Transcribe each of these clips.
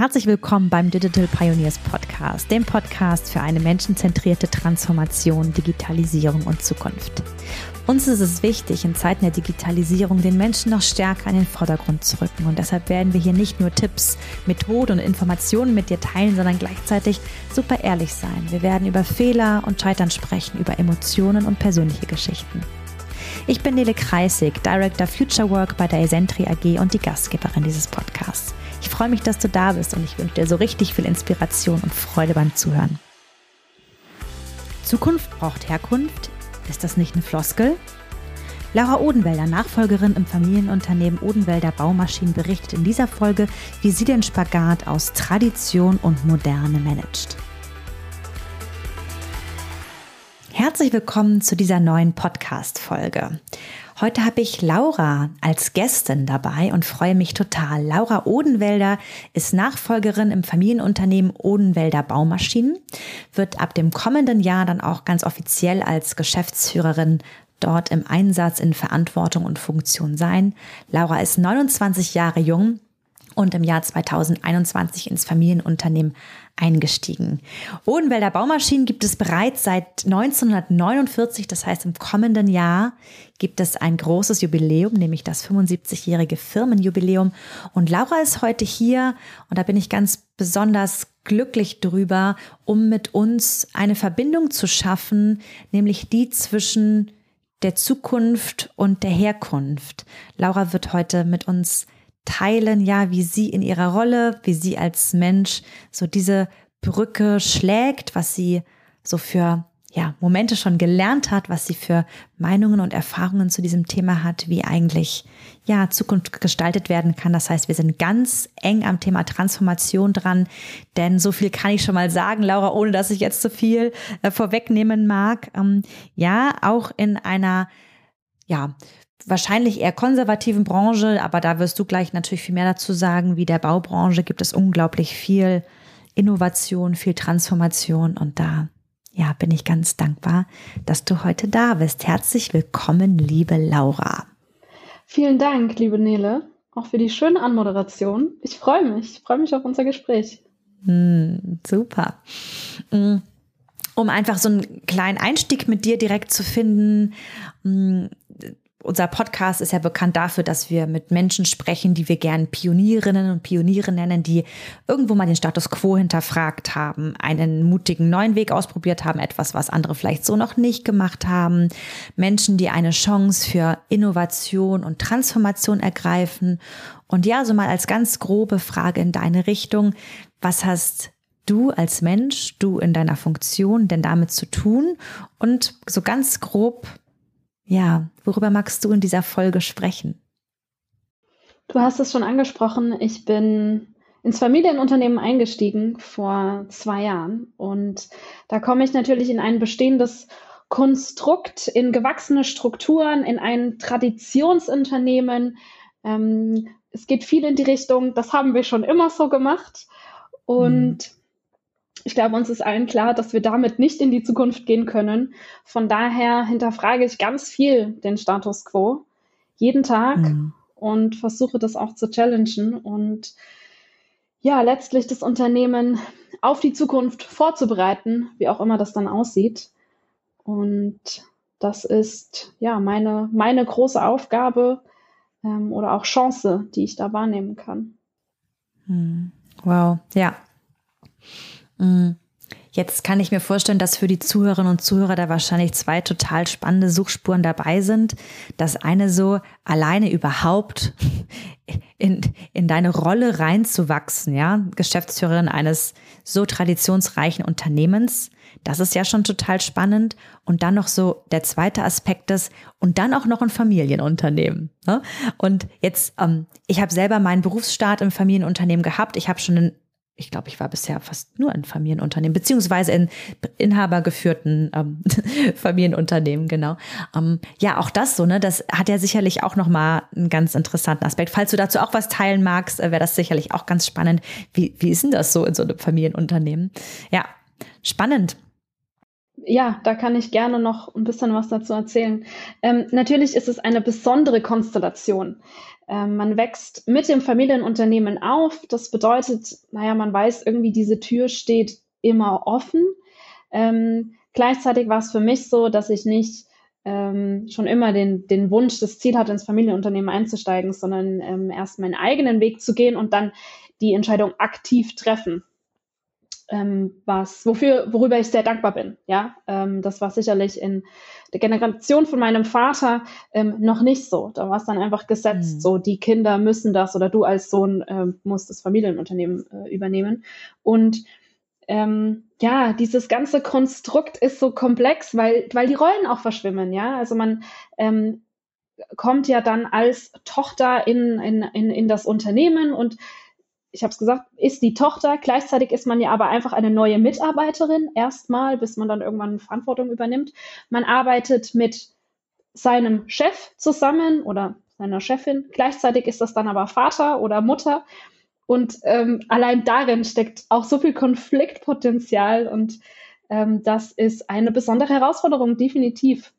Herzlich willkommen beim Digital Pioneers Podcast, dem Podcast für eine menschenzentrierte Transformation, Digitalisierung und Zukunft. Uns ist es wichtig, in Zeiten der Digitalisierung den Menschen noch stärker in den Vordergrund zu rücken. Und deshalb werden wir hier nicht nur Tipps, Methoden und Informationen mit dir teilen, sondern gleichzeitig super ehrlich sein. Wir werden über Fehler und Scheitern sprechen, über Emotionen und persönliche Geschichten. Ich bin Nele Kreisig, Director Future Work bei der Esentri AG und die Gastgeberin dieses Podcasts. Ich freue mich, dass du da bist und ich wünsche dir so richtig viel Inspiration und Freude beim Zuhören. Zukunft braucht Herkunft? Ist das nicht eine Floskel? Laura Odenwälder, Nachfolgerin im Familienunternehmen Odenwälder Baumaschinen, berichtet in dieser Folge, wie sie den Spagat aus Tradition und Moderne managt. Herzlich willkommen zu dieser neuen Podcast-Folge. Heute habe ich Laura als Gästin dabei und freue mich total. Laura Odenwälder ist Nachfolgerin im Familienunternehmen Odenwälder Baumaschinen, wird ab dem kommenden Jahr dann auch ganz offiziell als Geschäftsführerin dort im Einsatz in Verantwortung und Funktion sein. Laura ist 29 Jahre jung und im Jahr 2021 ins Familienunternehmen eingestiegen. Odenwälder Baumaschinen gibt es bereits seit 1949, das heißt im kommenden Jahr gibt es ein großes Jubiläum, nämlich das 75-jährige Firmenjubiläum. Und Laura ist heute hier und da bin ich ganz besonders glücklich drüber, um mit uns eine Verbindung zu schaffen, nämlich die zwischen der Zukunft und der Herkunft. Laura wird heute mit uns teilen, ja, wie sie in ihrer Rolle, wie sie als Mensch so diese Brücke schlägt, was sie so für Momente schon gelernt hat, was sie für Meinungen und Erfahrungen zu diesem Thema hat, wie eigentlich Zukunft gestaltet werden kann. Das heißt, wir sind ganz eng am Thema Transformation dran, denn so viel kann ich schon mal sagen, Laura, ohne dass ich jetzt zu viel vorwegnehmen mag. Auch in einer wahrscheinlich eher konservativen Branche, aber da wirst du gleich natürlich viel mehr dazu sagen, wie der Baubranche gibt es unglaublich viel Innovation, viel Transformation und da bin ich ganz dankbar, dass du heute da bist. Herzlich willkommen, liebe Laura. Vielen Dank, liebe Nele, auch für die schöne Anmoderation. Ich freue mich auf unser Gespräch. Super. Um einfach so einen kleinen Einstieg mit dir direkt zu finden, unser Podcast ist ja bekannt dafür, dass wir mit Menschen sprechen, die wir gern Pionierinnen und Pioniere nennen, die irgendwo mal den Status quo hinterfragt haben, einen mutigen neuen Weg ausprobiert haben, etwas, was andere vielleicht so noch nicht gemacht haben. Menschen, die eine Chance für Innovation und Transformation ergreifen. Und so mal als ganz grobe Frage in deine Richtung, was hast du als Mensch, du in deiner Funktion denn damit zu tun? Und so ganz grob, worüber magst du in dieser Folge sprechen? Du hast es schon angesprochen, ich bin ins Familienunternehmen eingestiegen vor 2 Jahren und da komme ich natürlich in ein bestehendes Konstrukt, in gewachsene Strukturen, in ein Traditionsunternehmen. Es geht viel in die Richtung, das haben wir schon immer so gemacht und ich glaube, uns ist allen klar, dass wir damit nicht in die Zukunft gehen können. Von daher hinterfrage ich ganz viel den Status quo, jeden Tag und versuche das auch zu challengen und letztlich das Unternehmen auf die Zukunft vorzubereiten, wie auch immer das dann aussieht. Und das ist meine große Aufgabe oder auch Chance, die ich da wahrnehmen kann. Wow, ja. Jetzt kann ich mir vorstellen, dass für die Zuhörerinnen und Zuhörer da wahrscheinlich 2 total spannende Suchspuren dabei sind. Das eine so, alleine überhaupt in deine Rolle reinzuwachsen, Geschäftsführerin eines so traditionsreichen Unternehmens. Das ist ja schon total spannend. Und dann noch so der zweite Aspekt ist, und dann auch noch ein Familienunternehmen. Ne? Und jetzt, ich habe selber meinen Berufsstart im Familienunternehmen gehabt. Ich glaube, ich war bisher fast nur in Familienunternehmen, beziehungsweise in inhabergeführten Familienunternehmen, genau. Auch das so, ne, das hat ja sicherlich auch nochmal einen ganz interessanten Aspekt. Falls du dazu auch was teilen magst, wäre das sicherlich auch ganz spannend. Wie ist denn das so in so einem Familienunternehmen? Ja, spannend. Ja, da kann ich gerne noch ein bisschen was dazu erzählen. Natürlich ist es eine besondere Konstellation. Man wächst mit dem Familienunternehmen auf. Das bedeutet, naja, man weiß irgendwie, diese Tür steht immer offen. Gleichzeitig war es für mich so, dass ich nicht schon immer den Wunsch, das Ziel hatte, ins Familienunternehmen einzusteigen, sondern erst meinen eigenen Weg zu gehen und dann die Entscheidung aktiv treffen. Worüber ich sehr dankbar bin. Ja, das war sicherlich in der Generation von meinem Vater noch nicht so. Da war es dann einfach gesetzt, so die Kinder müssen das oder du als Sohn musst das Familienunternehmen übernehmen. Und ja, dieses ganze Konstrukt ist so komplex, weil die Rollen auch verschwimmen. Ja, also man kommt ja dann als Tochter in das Unternehmen und ich habe es gesagt, ist die Tochter. Gleichzeitig ist man ja aber einfach eine neue Mitarbeiterin erstmal, bis man dann irgendwann Verantwortung übernimmt. Man arbeitet mit seinem Chef zusammen oder seiner Chefin. Gleichzeitig ist das dann aber Vater oder Mutter. Und allein darin steckt auch so viel Konfliktpotenzial und das ist eine besondere Herausforderung, definitiv.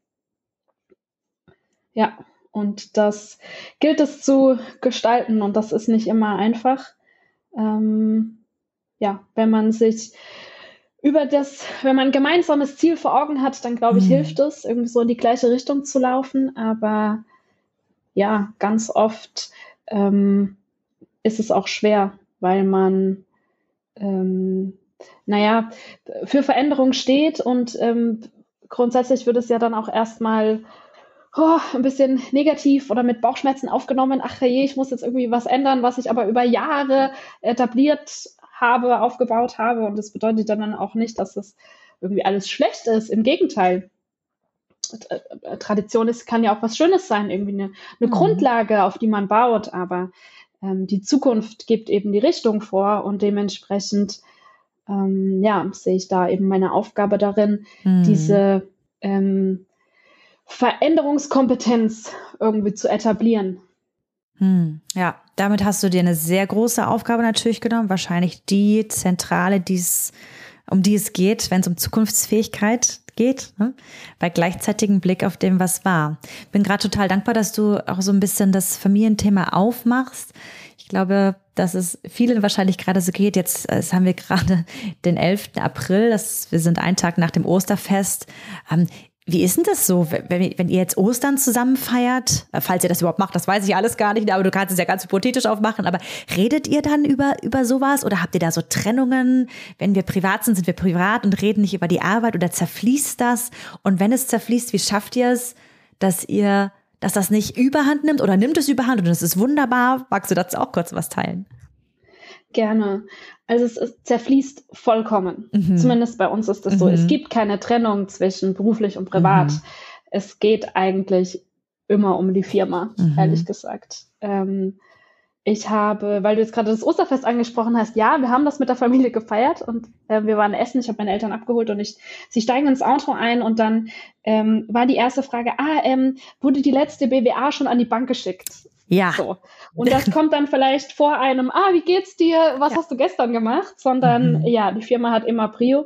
Ja, und das gilt es zu gestalten und das ist nicht immer einfach. Ja, wenn man ein gemeinsames Ziel vor Augen hat, dann glaube ich, hilft es, irgendwie so in die gleiche Richtung zu laufen. Aber ja, ganz oft ist es auch schwer, weil man für Veränderung steht und grundsätzlich wird es ja dann auch erstmal ein bisschen negativ oder mit Bauchschmerzen aufgenommen. Ach je, ich muss jetzt irgendwie was ändern, was ich aber über Jahre etabliert habe, aufgebaut habe. Und das bedeutet dann auch nicht, dass das irgendwie alles schlecht ist. Im Gegenteil. Tradition kann ja auch was Schönes sein, irgendwie eine Grundlage, auf die man baut. Aber die Zukunft gibt eben die Richtung vor und dementsprechend sehe ich da eben meine Aufgabe darin, diese Veränderungskompetenz irgendwie zu etablieren. Ja, damit hast du dir eine sehr große Aufgabe natürlich genommen, wahrscheinlich die zentrale, um die es geht, wenn es um Zukunftsfähigkeit geht, ne? Bei gleichzeitigem Blick auf dem, was war. Bin gerade total dankbar, dass du auch so ein bisschen das Familienthema aufmachst. Ich glaube, dass es vielen wahrscheinlich gerade so geht. Jetzt haben wir gerade den 11. April, wir sind einen Tag nach dem Osterfest. Wie ist denn das so, wenn ihr jetzt Ostern zusammen feiert? Falls ihr das überhaupt macht, das weiß ich alles gar nicht, aber du kannst es ja ganz hypothetisch aufmachen. Aber redet ihr dann über sowas oder habt ihr da so Trennungen? Wenn wir privat sind wir privat und reden nicht über die Arbeit oder zerfließt das? Und wenn es zerfließt, wie schafft ihr es, dass das nicht überhand nimmt oder nimmt es überhand und das ist wunderbar? Magst du dazu auch kurz was teilen? Gerne. Also es zerfließt vollkommen. Zumindest bei uns ist das so. Es gibt keine Trennung zwischen beruflich und privat. Es geht eigentlich immer um die Firma, ehrlich gesagt. Ich habe, weil du jetzt gerade das Osterfest angesprochen hast, ja, wir haben das mit der Familie gefeiert und wir waren essen, ich habe meine Eltern abgeholt und sie steigen ins Auto ein und dann war die erste Frage, wurde die letzte BWA schon an die Bank geschickt? Ja. So. Und das kommt dann vielleicht vor einem, wie geht's dir? Was hast du gestern gemacht? Sondern, die Firma hat immer Prio.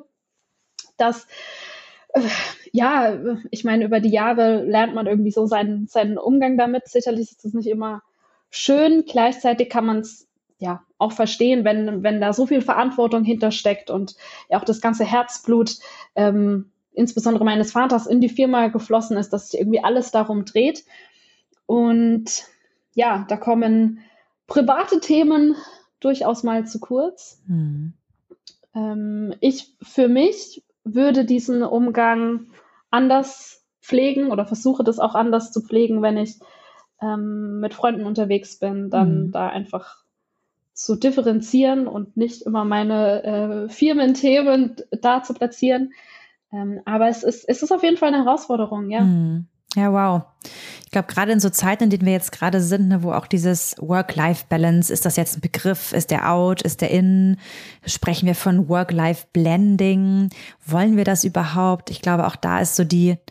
Ich meine, über die Jahre lernt man irgendwie so seinen Umgang damit. Sicherlich ist es nicht immer schön. Gleichzeitig kann man es ja auch verstehen, wenn da so viel Verantwortung hintersteckt und ja auch das ganze Herzblut, insbesondere meines Vaters, in die Firma geflossen ist, dass sich irgendwie alles darum dreht. Und ja, da kommen private Themen durchaus mal zu kurz. Ich für mich würde diesen Umgang anders pflegen oder versuche das auch anders zu pflegen, wenn ich mit Freunden unterwegs bin, dann da einfach zu differenzieren und nicht immer meine Firmenthemen da zu platzieren. Aber es ist auf jeden Fall eine Herausforderung, ja. Ja, wow. Ich glaube, gerade in so Zeiten, in denen wir jetzt gerade sind, ne, wo auch dieses Work-Life-Balance, ist das jetzt ein Begriff, ist der out, ist der in, sprechen wir von Work-Life-Blending, wollen wir das überhaupt? Ich glaube, auch da ist so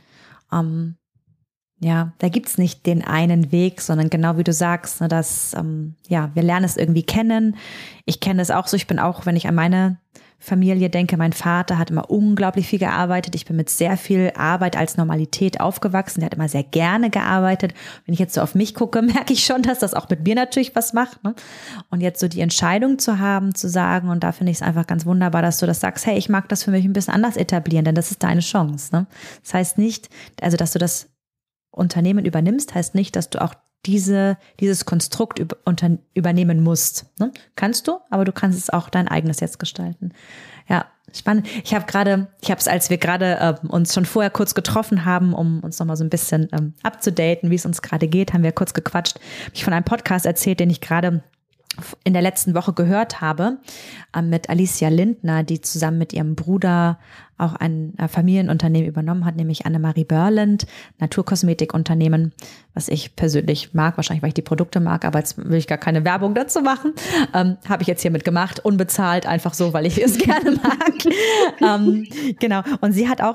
da gibt's nicht den einen Weg, sondern genau wie du sagst, ne, dass, wir lernen es irgendwie kennen. Ich kenne es auch so, ich bin auch, wenn ich an meine Familie denke, mein Vater hat immer unglaublich viel gearbeitet. Ich bin mit sehr viel Arbeit als Normalität aufgewachsen. Der hat immer sehr gerne gearbeitet. Wenn ich jetzt so auf mich gucke, merke ich schon, dass das auch mit mir natürlich was macht, ne? Und jetzt so die Entscheidung zu haben, zu sagen, und da finde ich es einfach ganz wunderbar, dass du das sagst, hey, ich mag das für mich ein bisschen anders etablieren, denn das ist deine Chance, ne? Das heißt nicht, also dass du das Unternehmen übernimmst, heißt nicht, dass du auch dieses Konstrukt übernehmen musst. Ne? Kannst du, aber du kannst es auch dein eigenes jetzt gestalten. Ja, spannend. Ich habe es, als wir gerade uns schon vorher kurz getroffen haben, um uns nochmal so ein bisschen abzudaten, wie es uns gerade geht, haben wir kurz gequatscht. Habe ich von einem Podcast erzählt, den ich gerade in der letzten Woche gehört habe, mit Alicia Lindner, die zusammen mit ihrem Bruder auch ein Familienunternehmen übernommen hat, nämlich Annemarie Berland, Naturkosmetikunternehmen, was ich persönlich mag, wahrscheinlich, weil ich die Produkte mag, aber jetzt will ich gar keine Werbung dazu machen. Habe ich jetzt hiermit gemacht, unbezahlt, einfach so, weil ich es gerne mag. Genau. Und sie hat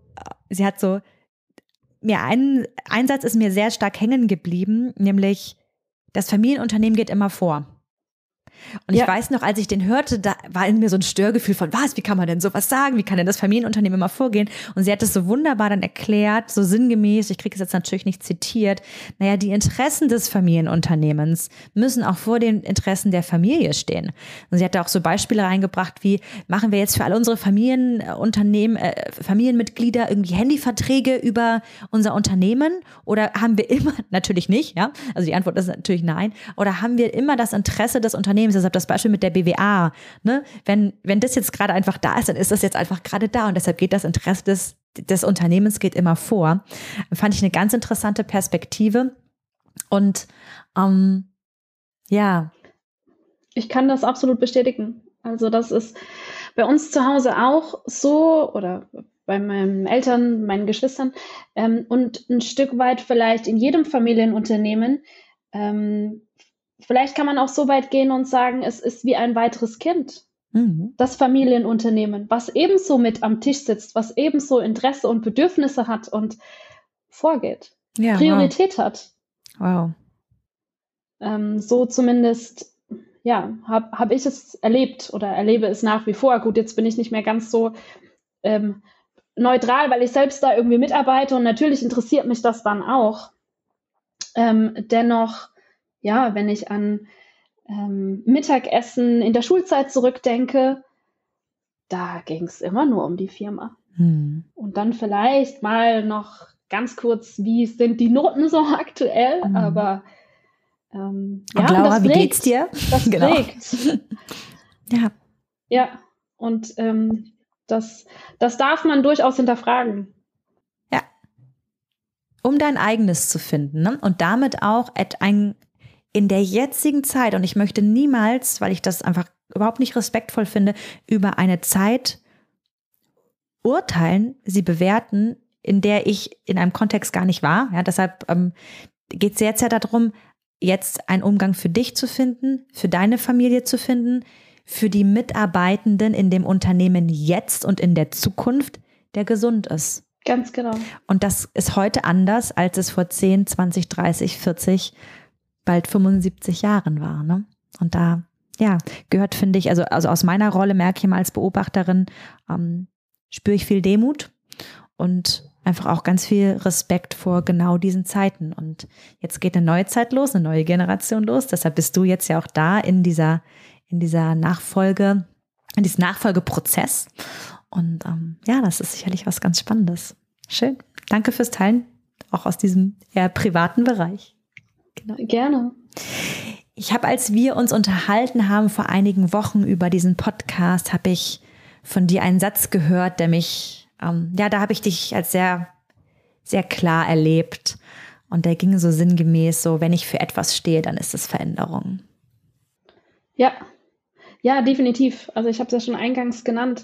mir ein Satz ist mir sehr stark hängen geblieben, nämlich, das Familienunternehmen geht immer vor. Und ich weiß noch, als ich den hörte, da war in mir so ein Störgefühl von, was, wie kann man denn sowas sagen? Wie kann denn das Familienunternehmen immer vorgehen? Und sie hat es so wunderbar dann erklärt, so sinngemäß, ich kriege es jetzt natürlich nicht zitiert, naja, die Interessen des Familienunternehmens müssen auch vor den Interessen der Familie stehen. Und sie hat da auch so Beispiele reingebracht, wie machen wir jetzt für alle unsere Familienmitglieder irgendwie Handyverträge über unser Unternehmen? Oder haben wir immer, natürlich nicht, ja, also die Antwort ist natürlich nein, oder haben wir immer das Interesse des Unternehmens? Deshalb das Beispiel mit der BWA, ne? Wenn das jetzt gerade einfach da ist, dann ist das jetzt einfach gerade da und deshalb geht das Interesse des Unternehmens geht immer vor. Fand ich eine ganz interessante Perspektive und ja. Ich kann das absolut bestätigen. Also das ist bei uns zu Hause auch so oder bei meinen Eltern, meinen Geschwistern und ein Stück weit vielleicht in jedem Familienunternehmen. Vielleicht kann man auch so weit gehen und sagen, es ist wie ein weiteres Kind, das Familienunternehmen, was ebenso mit am Tisch sitzt, was ebenso Interesse und Bedürfnisse hat und vorgeht, Ja, Priorität hat. Wow. So zumindest, ja, hab ich es erlebt oder erlebe es nach wie vor. Gut, jetzt bin ich nicht mehr ganz so neutral, weil ich selbst da irgendwie mitarbeite und natürlich interessiert mich das dann auch. Dennoch, ja, wenn ich an Mittagessen in der Schulzeit zurückdenke, da ging es immer nur um die Firma. Und dann vielleicht mal noch ganz kurz, wie sind die Noten so aktuell, aber ja, Laura, das wie geht's dir? Das genau. prägt. Ja. Ja, und das darf man durchaus hinterfragen. Ja. Um dein eigenes zu finden, ne? Und damit auch in der jetzigen Zeit, und ich möchte niemals, weil ich das einfach überhaupt nicht respektvoll finde, über eine Zeit urteilen, sie bewerten, in der ich in einem Kontext gar nicht war. Ja, deshalb geht es jetzt ja darum, jetzt einen Umgang für dich zu finden, für deine Familie zu finden, für die Mitarbeitenden in dem Unternehmen jetzt und in der Zukunft, der gesund ist. Ganz genau. Und das ist heute anders, als es vor 10, 20, 30, 40, bald 75 Jahren war. Ne? Und da, ja, gehört, finde ich, also aus meiner Rolle merke ich mal als Beobachterin, spüre ich viel Demut und einfach auch ganz viel Respekt vor genau diesen Zeiten. Und jetzt geht eine neue Zeit los, eine neue Generation los. Deshalb bist du jetzt ja auch da in dieser Nachfolge, in diesem Nachfolgeprozess. Und ja, das ist sicherlich was ganz Spannendes. Schön. Danke fürs Teilen, auch aus diesem eher privaten Bereich. Genau. Gerne. Ich habe, als wir uns unterhalten haben vor einigen Wochen über diesen Podcast, habe ich von dir einen Satz gehört, der mich, da habe ich dich als sehr, sehr klar erlebt. Und der ging so sinngemäß so, wenn ich für etwas stehe, dann ist es Veränderung. Ja, definitiv. Also ich habe es ja schon eingangs genannt.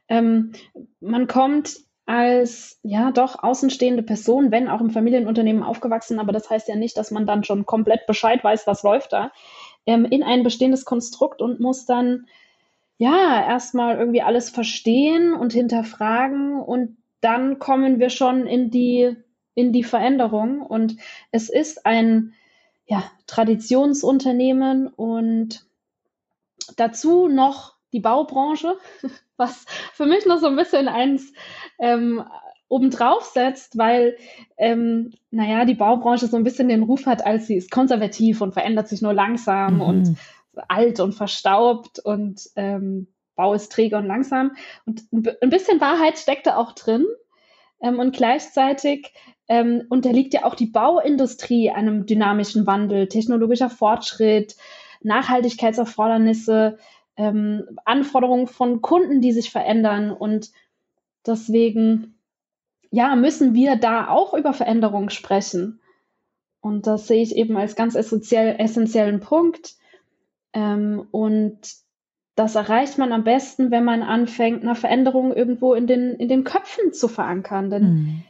Man kommt als ja doch außenstehende Person, wenn auch im Familienunternehmen aufgewachsen, aber das heißt ja nicht, dass man dann schon komplett Bescheid weiß, was läuft da, in ein bestehendes Konstrukt und muss dann ja erstmal irgendwie alles verstehen und hinterfragen und dann kommen wir schon in die Veränderung und es ist ein Traditionsunternehmen und dazu noch die Baubranche, was für mich noch so ein bisschen eins obendrauf setzt, weil, die Baubranche so ein bisschen den Ruf hat, als sie ist konservativ und verändert sich nur langsam und alt und verstaubt und Bau ist träge und langsam. Und ein bisschen Wahrheit steckt da auch drin. Und gleichzeitig unterliegt ja auch die Bauindustrie einem dynamischen Wandel, technologischer Fortschritt, Nachhaltigkeitserfordernisse, Anforderungen von Kunden, die sich verändern. Und deswegen, ja, müssen wir da auch über Veränderungen sprechen. Und das sehe ich eben als ganz essentiellen Punkt. Und das erreicht man am besten, wenn man anfängt, eine Veränderung irgendwo in den Köpfen zu verankern. Denn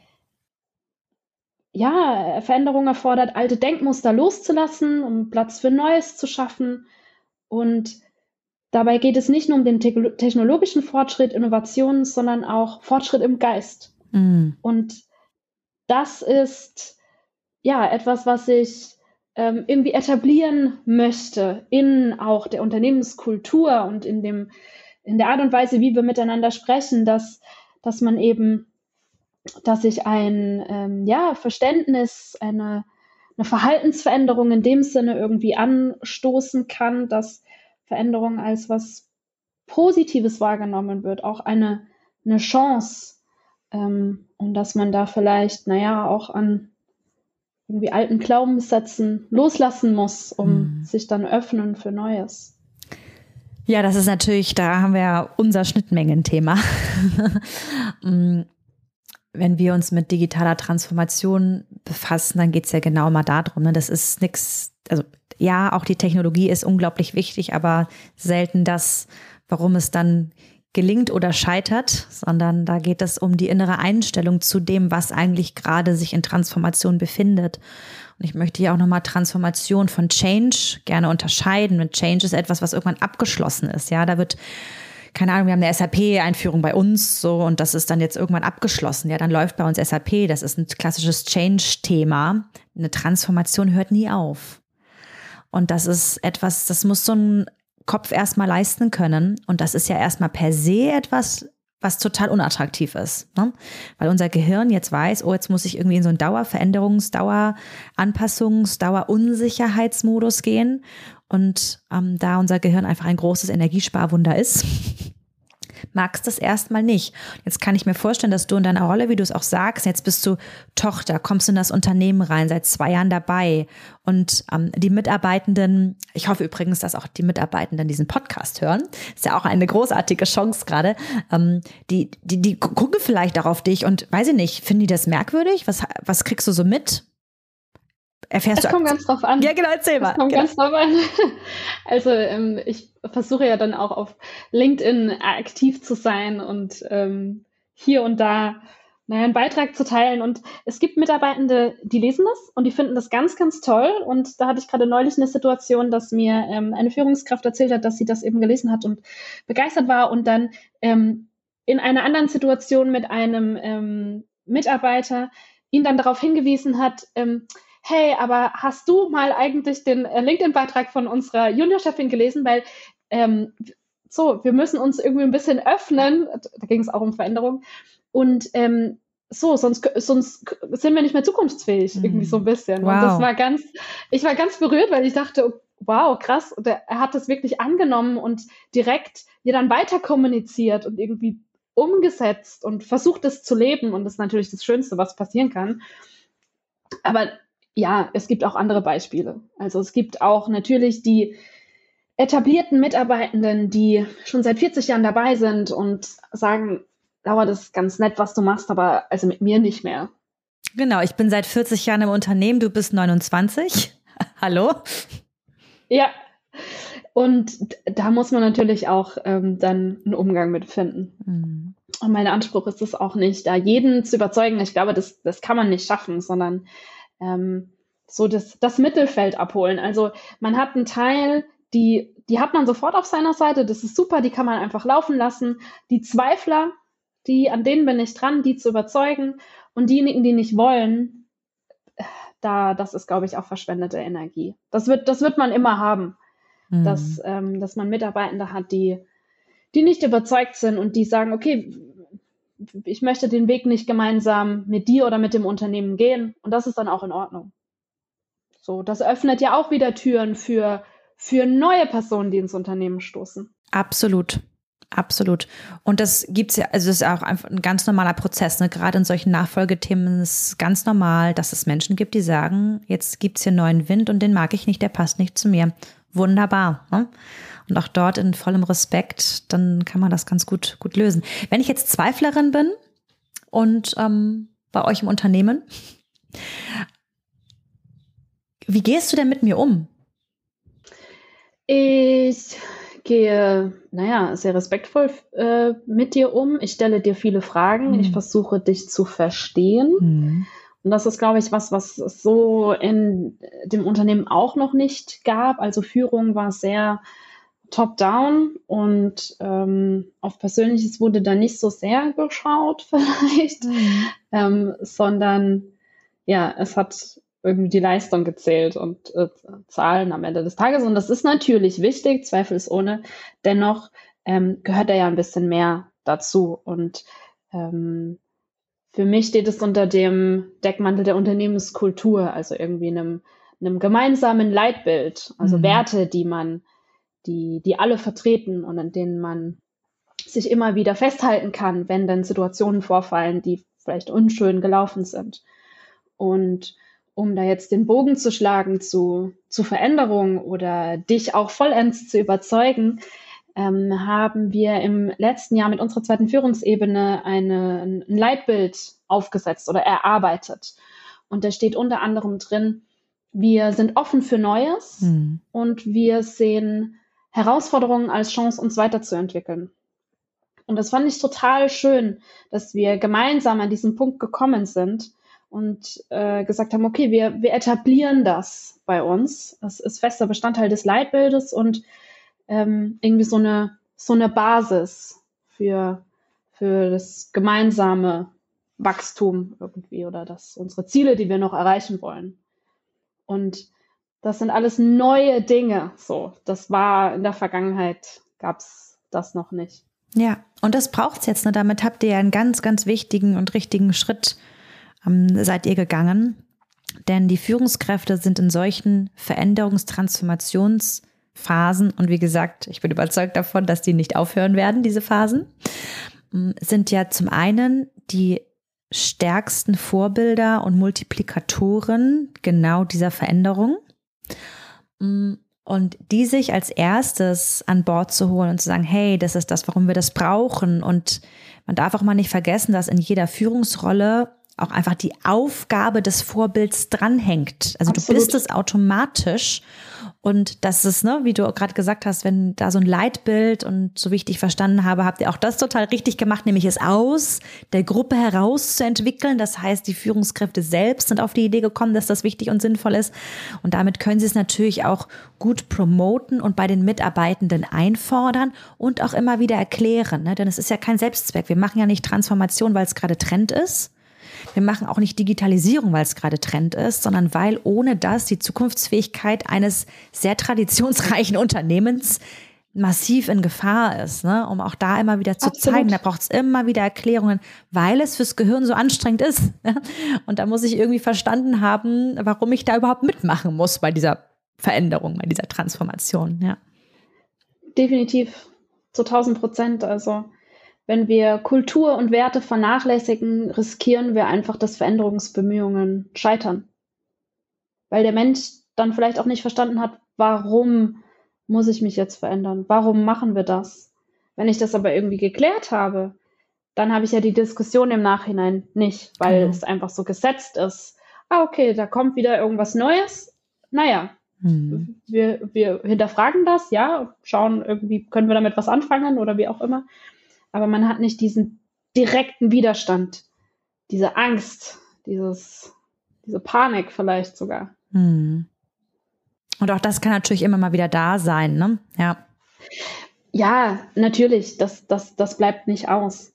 ja, Veränderung erfordert, alte Denkmuster loszulassen, um Platz für Neues zu schaffen. Und dabei geht es nicht nur um den technologischen Fortschritt, Innovationen, sondern auch Fortschritt im Geist. Und das ist ja etwas, was ich irgendwie etablieren möchte in auch der Unternehmenskultur und in der Art und Weise, wie wir miteinander sprechen, dass man eben, dass ich ein Verständnis, eine Verhaltensveränderung in dem Sinne irgendwie anstoßen kann, dass Veränderung als was Positives wahrgenommen wird, auch eine Chance, und dass man da vielleicht, auch an irgendwie alten Glaubenssätzen loslassen muss, um sich dann öffnen für Neues. Ja, das ist natürlich, da haben wir ja unser Schnittmengenthema. Wenn wir uns mit digitaler Transformation befassen, dann geht es ja genau mal darum. Ne? Das ist nichts, also ja, auch die Technologie ist unglaublich wichtig, aber selten das, warum es dann gelingt oder scheitert, sondern da geht es um die innere Einstellung zu dem, was eigentlich gerade sich in Transformation befindet. Und ich möchte hier auch nochmal Transformation von Change gerne unterscheiden. Und Change ist etwas, was irgendwann abgeschlossen ist. Ja, da wird, keine Ahnung, wir haben eine SAP-Einführung bei uns so und das ist dann jetzt irgendwann abgeschlossen. Ja, dann läuft bei uns SAP. Das ist ein klassisches Change-Thema. Eine Transformation hört nie auf. Und das ist etwas, das muss so ein Kopf erstmal leisten können. Und das ist ja erstmal per se etwas, was total unattraktiv ist. Ne? Weil unser Gehirn jetzt weiß, oh, jetzt muss ich irgendwie in so einen Daueranpassungs-, Dauerunsicherheitsmodus gehen. Und da unser Gehirn einfach ein großes Energiesparwunder ist, magst das erstmal nicht. Jetzt kann ich mir vorstellen, dass du in deiner Rolle, wie du es auch sagst, jetzt bist du Tochter, kommst in das Unternehmen rein, seit 2 Jahren dabei und die Mitarbeitenden, ich hoffe übrigens, dass auch die Mitarbeitenden diesen Podcast hören, ist ja auch eine großartige Chance gerade, die gucken vielleicht auch auf dich und weiß ich nicht, finden die das merkwürdig? Was kriegst du so mit? Es kommt ganz drauf an. Ja, genau, erzähl mal. Es kommt ganz drauf an. Also ich versuche ja dann auch auf LinkedIn aktiv zu sein und hier und da einen Beitrag zu teilen. Und es gibt Mitarbeitende, die lesen das und die finden das ganz, ganz toll. Und da hatte ich gerade neulich eine Situation, dass mir eine Führungskraft erzählt hat, dass sie das eben gelesen hat und begeistert war und dann in einer anderen Situation mit einem Mitarbeiter ihn dann darauf hingewiesen hat, hey, aber hast du mal eigentlich den LinkedIn-Beitrag von unserer Juniorchefin gelesen? Weil wir müssen uns irgendwie ein bisschen öffnen. Da ging es auch um Veränderung. Und sonst sind wir nicht mehr zukunftsfähig, irgendwie so ein bisschen. Wow. Und ich war ganz berührt, weil ich dachte, wow, krass. Und er hat das wirklich angenommen und direkt dir dann weiter kommuniziert und irgendwie umgesetzt und versucht, es zu leben. Und das ist natürlich das Schönste, was passieren kann. Aber ja, es gibt auch andere Beispiele. Also es gibt auch natürlich die etablierten Mitarbeitenden, die schon seit 40 Jahren dabei sind und sagen, Laura, das ist ganz nett, was du machst, aber also mit mir nicht mehr. Genau, ich bin seit 40 Jahren im Unternehmen, du bist 29. Hallo? Ja, und da muss man natürlich auch dann einen Umgang mit finden. Und mein Anspruch ist es auch nicht, da jeden zu überzeugen. Ich glaube, das kann man nicht schaffen, sondern so das Mittelfeld abholen. Also man hat einen Teil, die hat man sofort auf seiner Seite, das ist super, die kann man einfach laufen lassen. Die Zweifler, an denen bin ich dran, die zu überzeugen. Und diejenigen, die nicht wollen, das ist, glaube ich, auch verschwendete Energie. Das wird man immer haben, dass man Mitarbeitende hat, die die nicht überzeugt sind und die sagen, okay, ich möchte den Weg nicht gemeinsam mit dir oder mit dem Unternehmen gehen, und das ist dann auch in Ordnung. So, das öffnet ja auch wieder Türen für neue Personen, die ins Unternehmen stoßen. Absolut. Absolut. Und das gibt's ja, also das ist auch einfach ein ganz normaler Prozess, ne? Gerade in solchen Nachfolgethemen ist es ganz normal, dass es Menschen gibt, die sagen, jetzt gibt's hier neuen Wind und den mag ich nicht, der passt nicht zu mir. Wunderbar. Ne? Und auch dort in vollem Respekt, dann kann man das ganz gut lösen. Wenn ich jetzt Zweiflerin bin und bei euch im Unternehmen, wie gehst du denn mit mir um? Ich gehe, sehr respektvoll mit dir um. Ich stelle dir viele Fragen. Ich versuche, dich zu verstehen. Und das ist, glaube ich, was es so in dem Unternehmen auch noch nicht gab. Also Führung war sehr top-down und auf Persönliches wurde da nicht so sehr geschaut vielleicht, sondern ja, es hat irgendwie die Leistung gezählt und Zahlen am Ende des Tages. Und das ist natürlich wichtig, zweifelsohne. Dennoch gehört da ja ein bisschen mehr dazu. Und für mich steht es unter dem Deckmantel der Unternehmenskultur, also irgendwie einem gemeinsamen Leitbild, also Werte, die alle vertreten und an denen man sich immer wieder festhalten kann, wenn dann Situationen vorfallen, die vielleicht unschön gelaufen sind. Und um da jetzt den Bogen zu schlagen zu Veränderungen oder dich auch vollends zu überzeugen, haben wir im letzten Jahr mit unserer zweiten Führungsebene ein Leitbild aufgesetzt oder erarbeitet. Und da steht unter anderem drin, wir sind offen für Neues und wir sehen Herausforderungen als Chance, uns weiterzuentwickeln. Und das fand ich total schön, dass wir gemeinsam an diesen Punkt gekommen sind und gesagt haben, okay, wir etablieren das bei uns. Das ist fester Bestandteil des Leitbildes und irgendwie so eine Basis für das gemeinsame Wachstum irgendwie oder unsere Ziele, die wir noch erreichen wollen. Und das sind alles neue Dinge. So, das war in der Vergangenheit, gab's das noch nicht. Ja, und das braucht's jetzt. Ne? Damit habt ihr ja einen ganz, ganz wichtigen und richtigen Schritt seid ihr gegangen. Denn die Führungskräfte sind in solchen Veränderungstransformationsphasen, und wie gesagt, ich bin überzeugt davon, dass die nicht aufhören werden, diese Phasen, sind ja zum einen die stärksten Vorbilder und Multiplikatoren genau dieser Veränderung. Und die sich als erstes an Bord zu holen und zu sagen, hey, das ist das, warum wir das brauchen. Und man darf auch mal nicht vergessen, dass in jeder Führungsrolle auch einfach die Aufgabe des Vorbilds dranhängt. Also Absolut. Du bist es automatisch. Und das ist, ne, wie du gerade gesagt hast, wenn da so ein Leitbild, und so wie ich dich verstanden habe, habt ihr auch das total richtig gemacht, nämlich es aus der Gruppe heraus zu entwickeln. Das heißt, die Führungskräfte selbst sind auf die Idee gekommen, dass das wichtig und sinnvoll ist. Und damit können sie es natürlich auch gut promoten und bei den Mitarbeitenden einfordern und auch immer wieder erklären. Ne? Denn es ist ja kein Selbstzweck. Wir machen ja nicht Transformation, weil es gerade Trend ist. Wir machen auch nicht Digitalisierung, weil es gerade Trend ist, sondern weil ohne das die Zukunftsfähigkeit eines sehr traditionsreichen Unternehmens massiv in Gefahr ist, ne? Um auch da immer wieder zu Absolut. zeigen, da braucht es immer wieder Erklärungen, weil es fürs Gehirn so anstrengend ist. Ne? Und da muss ich irgendwie verstanden haben, warum ich da überhaupt mitmachen muss bei dieser Veränderung, bei dieser Transformation. Ja. Definitiv, zu 1000%. Also wenn wir Kultur und Werte vernachlässigen, riskieren wir einfach, dass Veränderungsbemühungen scheitern. Weil der Mensch dann vielleicht auch nicht verstanden hat, warum muss ich mich jetzt verändern? Warum machen wir das? Wenn ich das aber irgendwie geklärt habe, dann habe ich ja die Diskussion im Nachhinein nicht, weil es einfach so gesetzt ist. Okay, da kommt wieder irgendwas Neues. Naja, wir hinterfragen das, ja, schauen irgendwie, können wir damit was anfangen oder wie auch immer. Aber man hat nicht diesen direkten Widerstand, diese Angst, diese Panik vielleicht sogar. Und auch das kann natürlich immer mal wieder da sein, ne? Ja. Ja, natürlich, das bleibt nicht aus.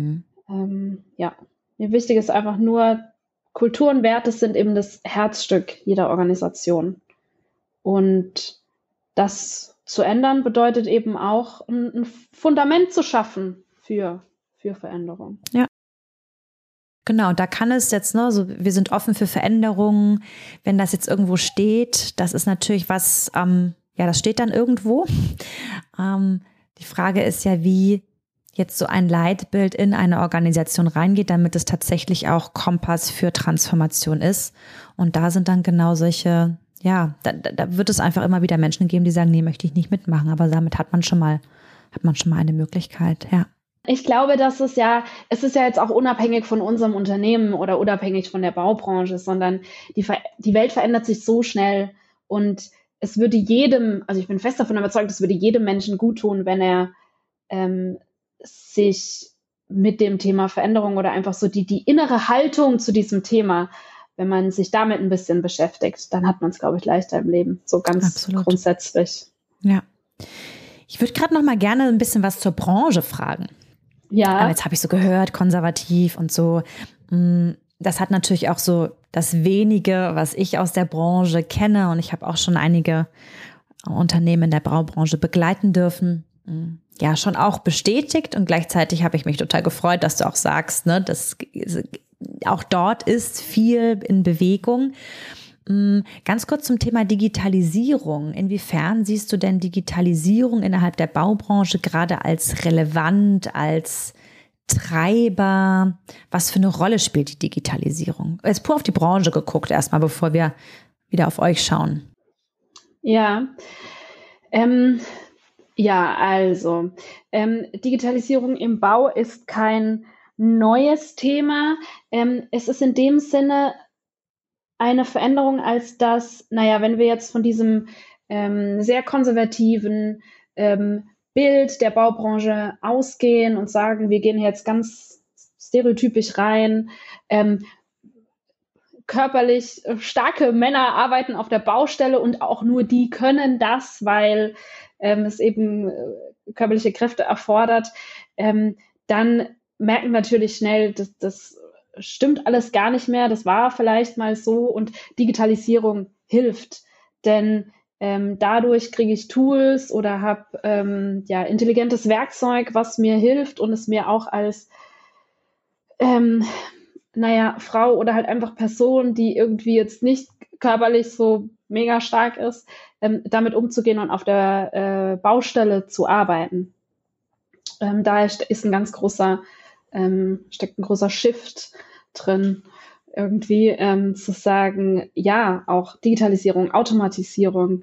Ja, mir wichtig ist einfach nur, Kultur und Werte sind eben das Herzstück jeder Organisation. Und das zu ändern bedeutet eben auch, ein Fundament zu schaffen für Veränderung. Ja. Genau, da kann es jetzt, ne, so, wir sind offen für Veränderungen. Wenn das jetzt irgendwo steht, das ist natürlich was, das steht dann irgendwo. Die Frage ist ja, wie jetzt so ein Leitbild in eine Organisation reingeht, damit es tatsächlich auch Kompass für Transformation ist. Und da sind dann genau solche, da wird es einfach immer wieder Menschen geben, die sagen, nee, möchte ich nicht mitmachen. Aber damit hat man schon mal eine Möglichkeit, ja. Ich glaube, es ist ja jetzt auch unabhängig von unserem Unternehmen oder unabhängig von der Baubranche, sondern die Welt verändert sich so schnell und es würde jedem, also ich bin fest davon überzeugt, es würde jedem Menschen gut tun, wenn er sich mit dem Thema Veränderung oder einfach so die innere Haltung zu diesem Thema, wenn man sich damit ein bisschen beschäftigt, dann hat man es, glaube ich, leichter im Leben, so ganz Absolut. Grundsätzlich. Ja. Ich würde gerade noch mal gerne ein bisschen was zur Branche fragen. Ja. Aber jetzt habe ich so gehört, konservativ und so. Das hat natürlich auch so das Wenige, was ich aus der Branche kenne. Und ich habe auch schon einige Unternehmen in der Baubranche begleiten dürfen. Ja, schon auch bestätigt. Und gleichzeitig habe ich mich total gefreut, dass du auch sagst, ne, dass auch dort ist viel in Bewegung. Ganz kurz zum Thema Digitalisierung. Inwiefern siehst du denn Digitalisierung innerhalb der Baubranche gerade als relevant, als Treiber? Was für eine Rolle spielt die Digitalisierung? Jetzt pur auf die Branche geguckt erstmal, bevor wir wieder auf euch schauen. Ja, also Digitalisierung im Bau ist kein neues Thema. Es ist in dem Sinne eine Veränderung, als dass, wenn wir jetzt von diesem sehr konservativen Bild der Baubranche ausgehen und sagen, wir gehen jetzt ganz stereotypisch rein, körperlich starke Männer arbeiten auf der Baustelle und auch nur die können das, weil es eben körperliche Kräfte erfordert, dann merken natürlich schnell, dass das stimmt alles gar nicht mehr, das war vielleicht mal so und Digitalisierung hilft, denn dadurch kriege ich Tools oder habe intelligentes Werkzeug, was mir hilft und es mir auch als Frau oder halt einfach Person, die irgendwie jetzt nicht körperlich so mega stark ist, damit umzugehen und auf der Baustelle zu arbeiten. Da ist ein ganz großer steckt ein großer Shift drin, irgendwie zu sagen, ja, auch Digitalisierung, Automatisierung,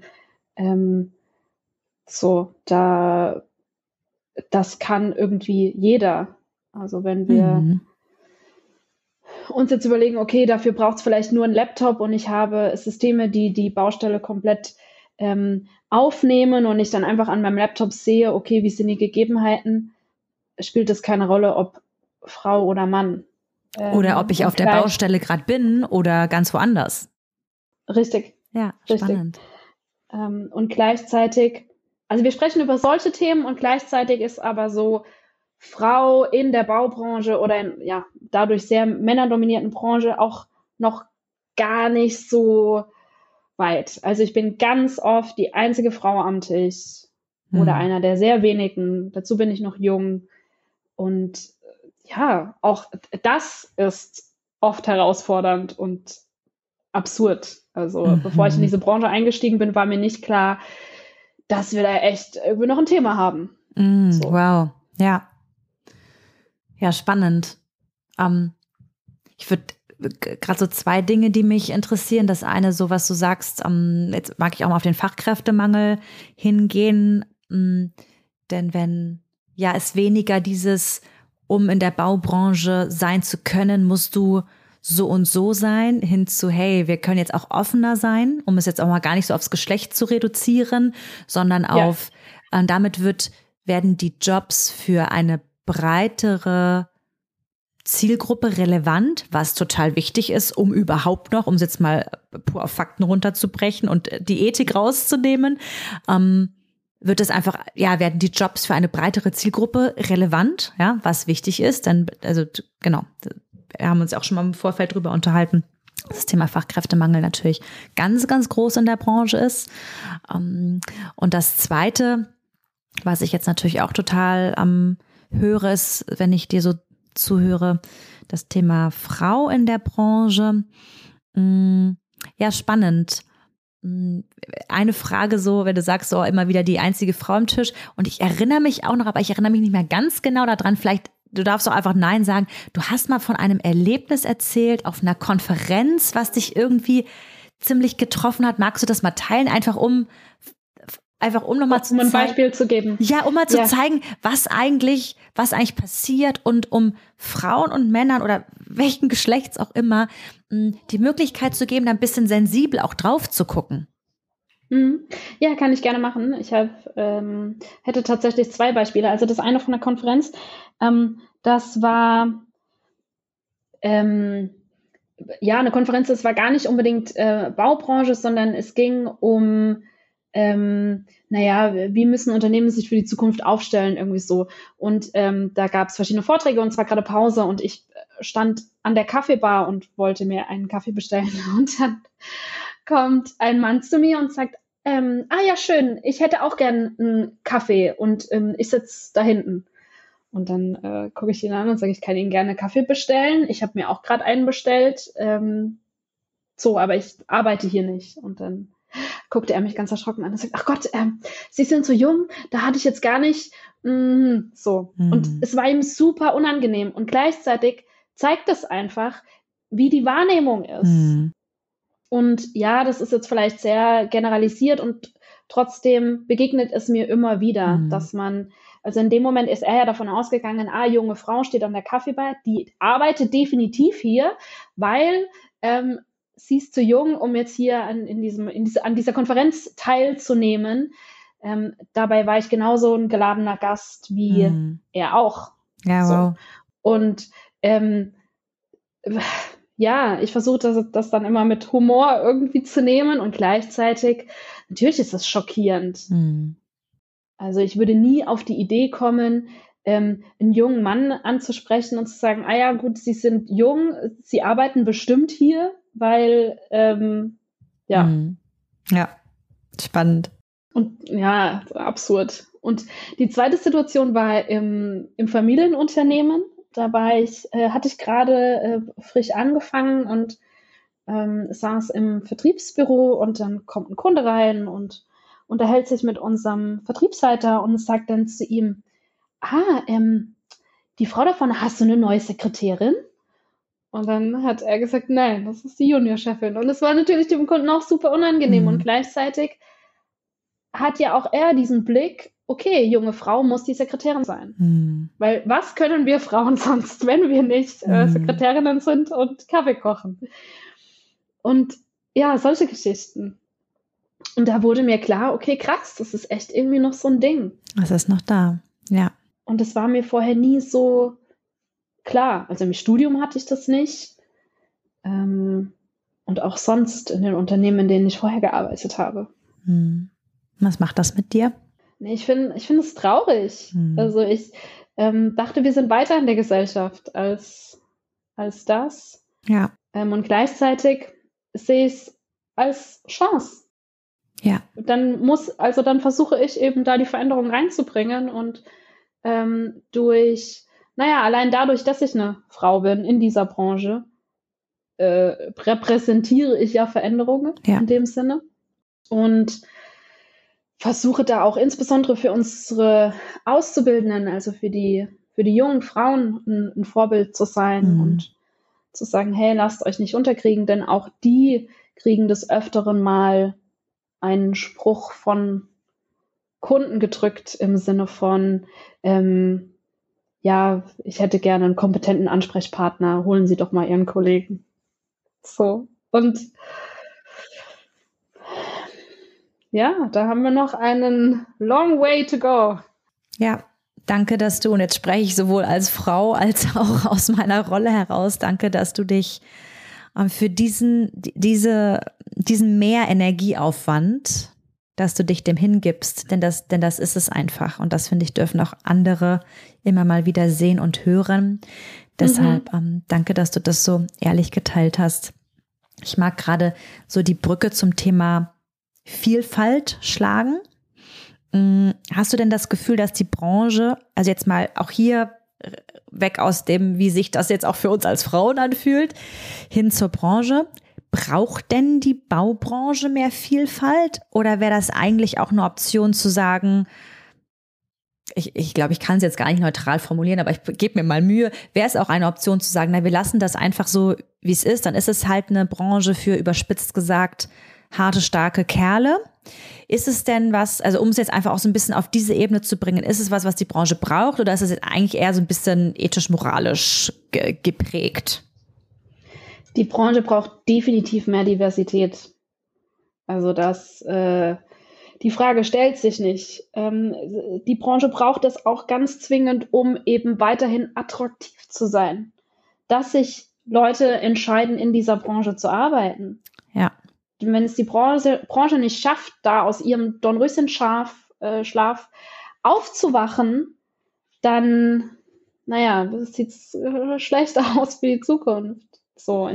das kann irgendwie jeder. Also wenn wir uns jetzt überlegen, okay, dafür braucht es vielleicht nur einen Laptop und ich habe Systeme, die die Baustelle komplett aufnehmen und ich dann einfach an meinem Laptop sehe, okay, wie sind die Gegebenheiten, spielt es keine Rolle, ob Frau oder Mann. Oder ob ich auf der Baustelle gerade bin oder ganz woanders. Richtig. Ja, spannend. Richtig. Und gleichzeitig, also wir sprechen über solche Themen und gleichzeitig ist aber so Frau in der Baubranche oder in dadurch sehr männerdominierten Branche auch noch gar nicht so weit. Also ich bin ganz oft die einzige Frau am Tisch oder einer der sehr wenigen. Dazu bin ich noch jung und auch das ist oft herausfordernd und absurd. Also bevor ich in diese Branche eingestiegen bin, war mir nicht klar, dass wir da echt irgendwie noch ein Thema haben. So. Wow, ja. Ja, spannend. Ich würde gerade so zwei Dinge, die mich interessieren. Das eine, so was du sagst, jetzt mag ich auch mal auf den Fachkräftemangel hingehen, denn wenn es weniger dieses, um in der Baubranche sein zu können, musst du so und so sein, hin zu, hey, wir können jetzt auch offener sein, um es jetzt auch mal gar nicht so aufs Geschlecht zu reduzieren, sondern damit werden die Jobs für eine breitere Zielgruppe relevant, was total wichtig ist, um überhaupt noch, um es jetzt mal pur auf Fakten runterzubrechen und die Ethik rauszunehmen, wird es einfach, werden die Jobs für eine breitere Zielgruppe relevant, was wichtig ist, wir haben uns auch schon mal im Vorfeld drüber unterhalten. das Thema Fachkräftemangel natürlich ganz, ganz groß in der Branche ist. Und das Zweite, was ich jetzt natürlich auch total höre, ist, wenn ich dir so zuhöre, das Thema Frau in der Branche. Ja, spannend. Eine Frage so, wenn du sagst, so immer wieder die einzige Frau am Tisch. Und ich erinnere mich auch noch, aber ich erinnere mich nicht mehr ganz genau daran. Vielleicht, du darfst auch einfach Nein sagen. Du hast mal von einem Erlebnis erzählt auf einer Konferenz, was dich irgendwie ziemlich getroffen hat. Magst du das mal teilen? Einfach um nochmal zu Um ein zeigen, Beispiel zu geben. Ja, um mal zu zeigen, was eigentlich passiert und um Frauen und Männern oder welchen Geschlechts auch immer die Möglichkeit zu geben, da ein bisschen sensibel auch drauf zu gucken. Ja, kann ich gerne machen. Ich hätte tatsächlich 2 Beispiele. Also das eine von der Konferenz, das war eine Konferenz, das war gar nicht unbedingt Baubranche, sondern es ging um wie müssen Unternehmen sich für die Zukunft aufstellen, irgendwie so. Und da gab es verschiedene Vorträge und zwar gerade Pause und ich stand an der Kaffeebar und wollte mir einen Kaffee bestellen. Und dann kommt ein Mann zu mir und sagt, ja, schön, ich hätte auch gern einen Kaffee und ich sitze da hinten. Und dann gucke ich ihn an und sage, ich kann Ihnen gerne Kaffee bestellen. Ich habe mir auch gerade einen bestellt. Aber ich arbeite hier nicht. Und dann guckte er mich ganz erschrocken an und sagt, ach Gott, Sie sind so jung, da hatte ich jetzt gar nicht so. Und es war ihm super unangenehm. Und gleichzeitig zeigt es einfach, wie die Wahrnehmung ist. Und ja, das ist jetzt vielleicht sehr generalisiert und trotzdem begegnet es mir immer wieder, dass man, also in dem Moment ist er ja davon ausgegangen, junge Frau steht an der Kaffeebar, die arbeitet definitiv hier, weil sie ist zu jung, um jetzt hier an dieser Konferenz teilzunehmen. Dabei war ich genauso ein geladener Gast wie er auch. Ja, so. wow. Und ich versuche das dann immer mit Humor irgendwie zu nehmen und gleichzeitig, natürlich ist das schockierend. Also ich würde nie auf die Idee kommen, einen jungen Mann anzusprechen und zu sagen, ja gut, Sie sind jung, Sie arbeiten bestimmt hier, weil, Ja, spannend. Und ja, absurd. Und die zweite Situation war im Familienunternehmen. Da hatte ich gerade frisch angefangen und saß im Vertriebsbüro und dann kommt ein Kunde rein und unterhält sich mit unserem Vertriebsleiter und sagt dann zu ihm, die Frau davon, hast du eine neue Sekretärin? Und dann hat er gesagt, nein, das ist die Juniorchefin. Und es war natürlich dem Kunden auch super unangenehm. Und gleichzeitig hat ja auch er diesen Blick, okay, junge Frau muss die Sekretärin sein. Weil was können wir Frauen sonst, wenn wir nicht Sekretärinnen sind und Kaffee kochen? Und ja, solche Geschichten. Und da wurde mir klar, okay, krass, das ist echt irgendwie noch so ein Ding. Das ist noch da, ja. Und das war mir vorher nie so klar. Also im Studium hatte ich das nicht. Und auch sonst in den Unternehmen, in denen ich vorher gearbeitet habe. Was macht das mit dir? Nee, ich finde es traurig. Also ich dachte, wir sind weiter in der Gesellschaft als das. Ja. Und gleichzeitig sehe ich es als Chance. Ja. Dann versuche ich eben da die Veränderung reinzubringen und allein dadurch, dass ich eine Frau bin in dieser Branche, repräsentiere ich ja Veränderungen in dem Sinne und versuche da auch insbesondere für unsere Auszubildenden, also für die jungen Frauen ein Vorbild zu sein und zu sagen, hey, lasst euch nicht unterkriegen, denn auch die kriegen des Öfteren mal einen Spruch von Kunden gedrückt im Sinne von, ich hätte gerne einen kompetenten Ansprechpartner, holen Sie doch mal Ihren Kollegen. So, und ja, da haben wir noch einen long way to go. Ja, danke, dass du, und jetzt spreche ich sowohl als Frau als auch aus meiner Rolle heraus, danke, dass du dich für diesen mehr Energieaufwand, dass du dich dem hingibst, denn das ist es einfach. Und das, finde ich, dürfen auch andere immer mal wieder sehen und hören. Deshalb danke, dass du das so ehrlich geteilt hast. Ich mag gerade so die Brücke zum Thema Vielfalt schlagen. Hast du denn das Gefühl, dass die Branche, also jetzt mal auch hier weg aus dem, wie sich das jetzt auch für uns als Frauen anfühlt, hin zur Branche, braucht denn die Baubranche mehr Vielfalt oder wäre das eigentlich auch eine Option zu sagen, ich glaube, ich kann es jetzt gar nicht neutral formulieren, aber ich gebe mir mal Mühe, wäre es auch eine Option zu sagen, na, wir lassen das einfach so, wie es ist, dann ist es halt eine Branche für, überspitzt gesagt, harte, starke Kerle. Ist es denn was, also um es jetzt einfach auch so ein bisschen auf diese Ebene zu bringen, ist es was die Branche braucht oder ist es jetzt eigentlich eher so ein bisschen ethisch-moralisch geprägt? Die Branche braucht definitiv mehr Diversität. Also die Frage stellt sich nicht. Die Branche braucht es auch ganz zwingend, um eben weiterhin attraktiv zu sein, dass sich Leute entscheiden, in dieser Branche zu arbeiten. Ja. Wenn es die Branche nicht schafft, da aus ihrem Dornröschenschlaf aufzuwachen, dann, naja, das sieht schlecht aus für die Zukunft. So,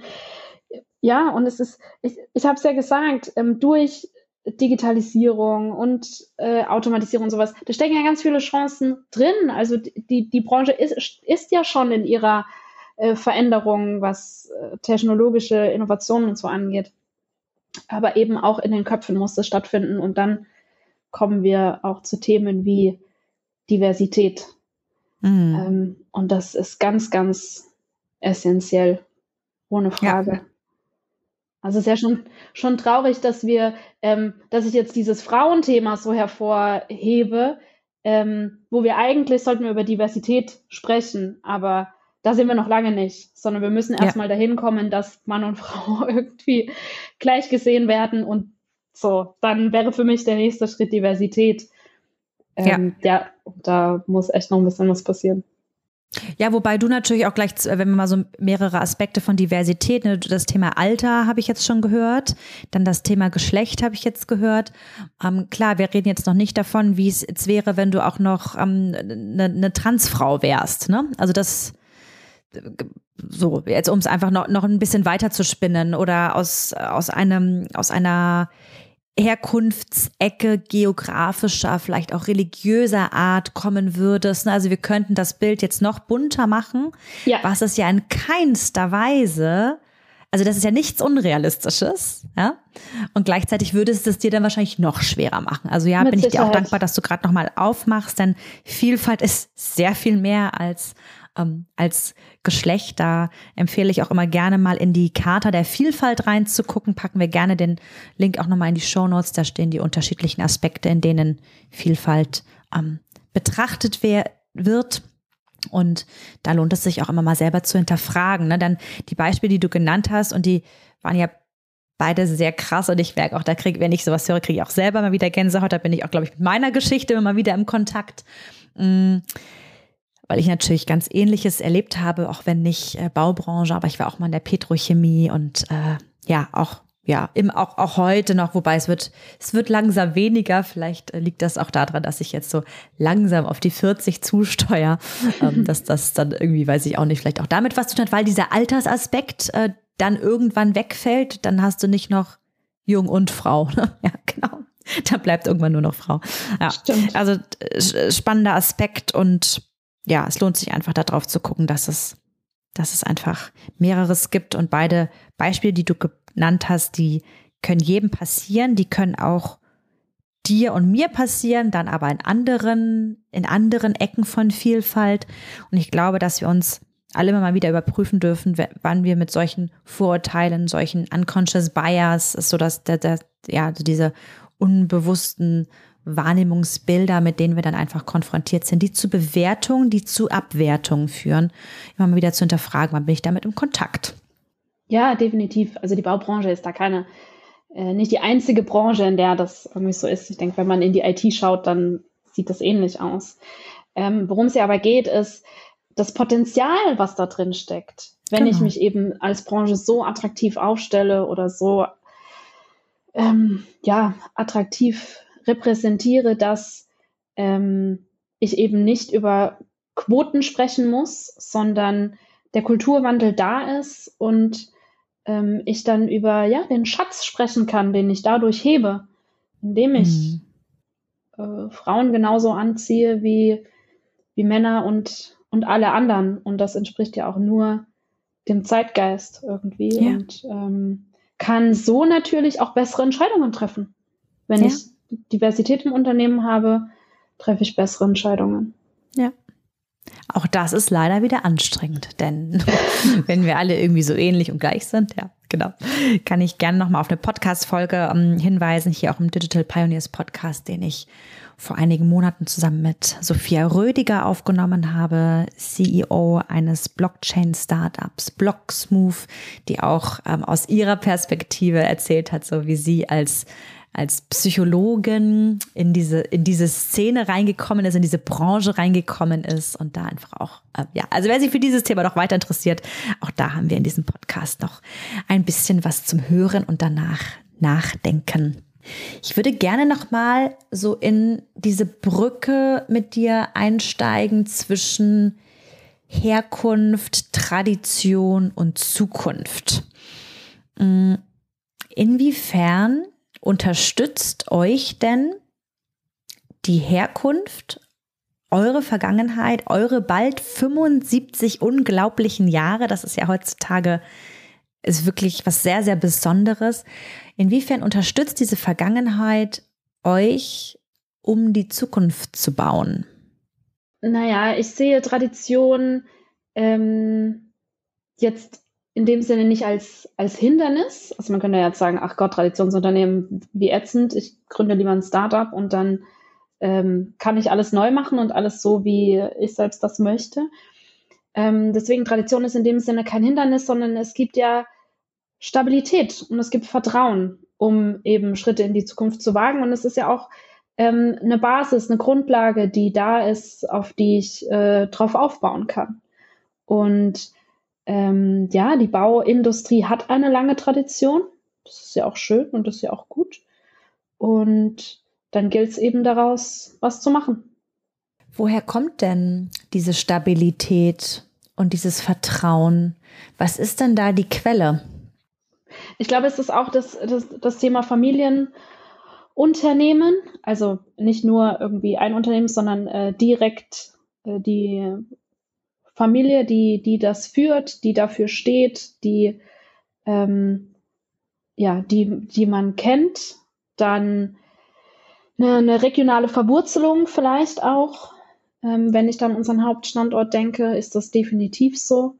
ja, und ich habe es ja gesagt, durch Digitalisierung und Automatisierung und sowas, da stecken ja ganz viele Chancen drin. Also die Branche ist ja schon in ihrer Veränderung, was technologische Innovationen und so angeht. Aber eben auch in den Köpfen muss das stattfinden. Und dann kommen wir auch zu Themen wie Diversität. Und das ist ganz, ganz essentiell, ohne Frage. Ja. Also es ist ja schon traurig, dass ich jetzt dieses Frauenthema so hervorhebe, wo sollten wir über Diversität sprechen, aber da sind wir noch lange nicht, sondern wir müssen erstmal dahin kommen, dass Mann und Frau irgendwie gleich gesehen werden und so, dann wäre für mich der nächste Schritt Diversität. Da muss echt noch ein bisschen was passieren. Ja, wobei du natürlich auch gleich, wenn wir mal so mehrere Aspekte von Diversität, ne, das Thema Alter habe ich jetzt schon gehört, dann das Thema Geschlecht habe ich jetzt gehört. Klar, wir reden jetzt noch nicht davon, wie es jetzt wäre, wenn du auch noch eine Transfrau wärst, ne? Also das so, jetzt um es einfach noch ein bisschen weiter zu spinnen oder aus einer Herkunftsecke geografischer, vielleicht auch religiöser Art kommen würdest. Also wir könnten das Bild jetzt noch bunter machen, was es ja in keinster Weise, also das ist ja nichts Unrealistisches, ja. Und gleichzeitig würde es dir dann wahrscheinlich noch schwerer machen. Also ja, bin ich dir auch dankbar, dass du gerade nochmal aufmachst, denn Vielfalt ist sehr viel mehr als Geschlecht. Da empfehle ich auch immer gerne mal in die Charta der Vielfalt reinzugucken. Packen wir gerne den Link auch nochmal in die Shownotes. Da stehen die unterschiedlichen Aspekte, in denen Vielfalt betrachtet wird. Und da lohnt es sich auch immer mal selber zu hinterfragen. Ne? Dann die Beispiele, die du genannt hast, und die waren ja beide sehr krass. Und ich merke auch, wenn ich sowas höre, kriege ich auch selber mal wieder Gänsehaut. Da bin ich auch, glaube ich, mit meiner Geschichte immer wieder im Kontakt. Weil ich natürlich ganz Ähnliches erlebt habe, auch wenn nicht Baubranche, aber ich war auch mal in der Petrochemie und auch heute noch, wobei es wird langsam weniger. Vielleicht liegt das auch daran, dass ich jetzt so langsam auf die 40 zusteuere, dass das dann irgendwie, weiß ich auch nicht, vielleicht auch damit was zu tun hat, weil dieser Altersaspekt dann irgendwann wegfällt, dann hast du nicht noch Jung und Frau. Ne? Ja, genau. Da bleibt irgendwann nur noch Frau. Ja, stimmt. Also spannender Aspekt und ja, es lohnt sich einfach darauf zu gucken, dass es einfach mehreres gibt und beide Beispiele, die du genannt hast, die können jedem passieren, die können auch dir und mir passieren, dann aber in anderen Ecken von Vielfalt. Und ich glaube, dass wir uns alle immer mal wieder überprüfen dürfen, wann wir mit solchen Vorurteilen, solchen unconscious bias, so dass diese unbewussten Wahrnehmungsbilder, mit denen wir dann einfach konfrontiert sind, die zu Bewertungen, die zu Abwertungen führen, immer mal wieder zu hinterfragen, wann bin ich damit im Kontakt? Ja, definitiv. Also die Baubranche ist da nicht die einzige Branche, in der das irgendwie so ist. Ich denke, wenn man in die IT schaut, dann sieht das ähnlich aus. Worum es ja aber geht, ist das Potenzial, was da drin steckt. Wenn ich mich eben als Branche so attraktiv aufstelle oder so attraktiv repräsentiere, dass ich eben nicht über Quoten sprechen muss, sondern der Kulturwandel da ist und ich dann über den Schatz sprechen kann, den ich dadurch hebe, indem ich Frauen genauso anziehe wie Männer und alle anderen. Und das entspricht ja auch nur dem Zeitgeist irgendwie und kann so natürlich auch bessere Entscheidungen treffen. Wenn ich Diversität im Unternehmen habe, treffe ich bessere Entscheidungen. Ja. Auch das ist leider wieder anstrengend, denn wenn wir alle irgendwie so ähnlich und gleich sind, genau, kann ich gerne nochmal auf eine Podcast-Folge hinweisen, hier auch im Digital Pioneers Podcast, den ich vor einigen Monaten zusammen mit Sophia Rödiger aufgenommen habe, CEO eines Blockchain-Startups, Blocksmooth, die auch aus ihrer Perspektive erzählt hat, so wie sie als Psychologin in diese Szene reingekommen ist, in diese Branche reingekommen ist und da einfach auch, also wer sich für dieses Thema noch weiter interessiert, auch da haben wir in diesem Podcast noch ein bisschen was zum Hören und danach nachdenken. Ich würde gerne noch mal so in diese Brücke mit dir einsteigen zwischen Herkunft, Tradition und Zukunft. Inwiefern unterstützt euch denn die Herkunft, eure Vergangenheit, eure bald 75 unglaublichen Jahre, das ist ja heutzutage ist wirklich was sehr, sehr Besonderes. Inwiefern unterstützt diese Vergangenheit euch, um die Zukunft zu bauen? Naja, ich sehe Tradition jetzt in dem Sinne nicht als Hindernis. Also man könnte ja jetzt sagen, ach Gott, Traditionsunternehmen, wie ätzend, ich gründe lieber ein Startup und dann kann ich alles neu machen und alles so, wie ich selbst das möchte. Deswegen Tradition ist in dem Sinne kein Hindernis, sondern es gibt ja Stabilität und es gibt Vertrauen, um eben Schritte in die Zukunft zu wagen. Und es ist ja auch eine Basis, eine Grundlage, die da ist, auf die ich drauf aufbauen kann. Und die Bauindustrie hat eine lange Tradition. Das ist ja auch schön und das ist ja auch gut. Und dann gilt es eben daraus, was zu machen. Woher kommt denn diese Stabilität und dieses Vertrauen? Was ist denn da die Quelle? Ich glaube, es ist auch das Thema Familienunternehmen. Also nicht nur irgendwie ein Unternehmen, sondern direkt die Familie, die das führt, die dafür steht, die man kennt. Dann eine regionale Verwurzelung vielleicht auch. Wenn ich dann an unseren Hauptstandort denke, ist das definitiv so.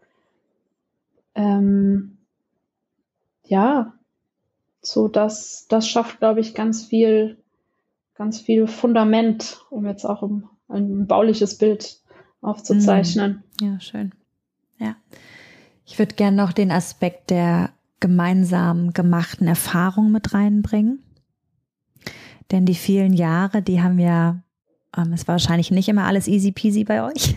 So das schafft, glaube ich, ganz viel Fundament, um jetzt auch ein bauliches Bild aufzuzeichnen. Ja, schön. Ja. Ich würde gerne noch den Aspekt der gemeinsam gemachten Erfahrung mit reinbringen. Denn die vielen Jahre, die haben ja, es war wahrscheinlich nicht immer alles easy peasy bei euch.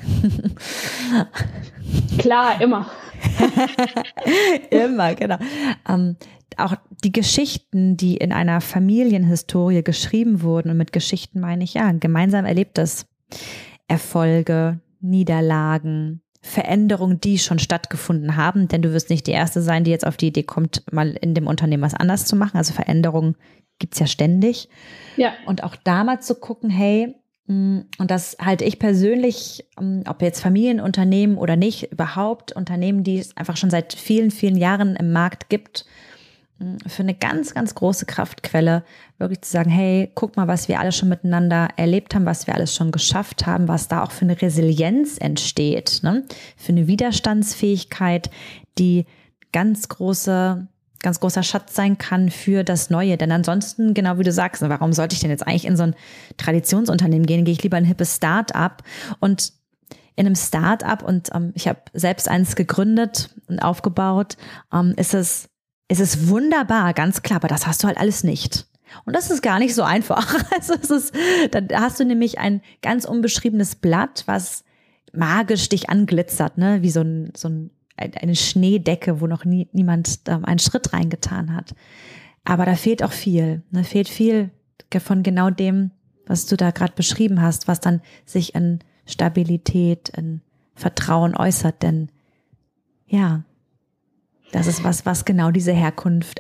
Klar, immer. Immer, genau. Auch die Geschichten, die in einer Familienhistorie geschrieben wurden, und mit Geschichten meine ich gemeinsam Erlebtes, Erfolge, Niederlagen, Veränderungen, die schon stattgefunden haben, denn du wirst nicht die Erste sein, die jetzt auf die Idee kommt, mal in dem Unternehmen was anders zu machen. Also Veränderungen gibt es ja ständig. Ja. Und auch da mal zu gucken, hey, und das halte ich persönlich, ob jetzt Familienunternehmen oder nicht, überhaupt Unternehmen, die es einfach schon seit vielen, vielen Jahren im Markt gibt, für eine ganz, ganz große Kraftquelle, wirklich zu sagen, hey, guck mal, was wir alles schon miteinander erlebt haben, was wir alles schon geschafft haben, was da auch für eine Resilienz entsteht, ne? Für eine Widerstandsfähigkeit, die ganz großer Schatz sein kann für das Neue. Denn ansonsten, genau wie du sagst, warum sollte ich denn jetzt eigentlich in so ein Traditionsunternehmen gehen? Gehe ich lieber in ein hippes Start-up. Und in einem Start-up, und ich habe selbst eins gegründet und aufgebaut, ist es wunderbar, ganz klar, aber das hast du halt alles nicht. Und das ist gar nicht so einfach. Also da hast du nämlich ein ganz unbeschriebenes Blatt, was magisch dich anglitzert, ne? Wie so eine Schneedecke, wo noch niemand einen Schritt reingetan hat. Aber da fehlt auch viel. Da fehlt viel von genau dem, was du da gerade beschrieben hast, was dann sich in Stabilität, in Vertrauen äußert. Denn ja. Das ist was genau diese Herkunft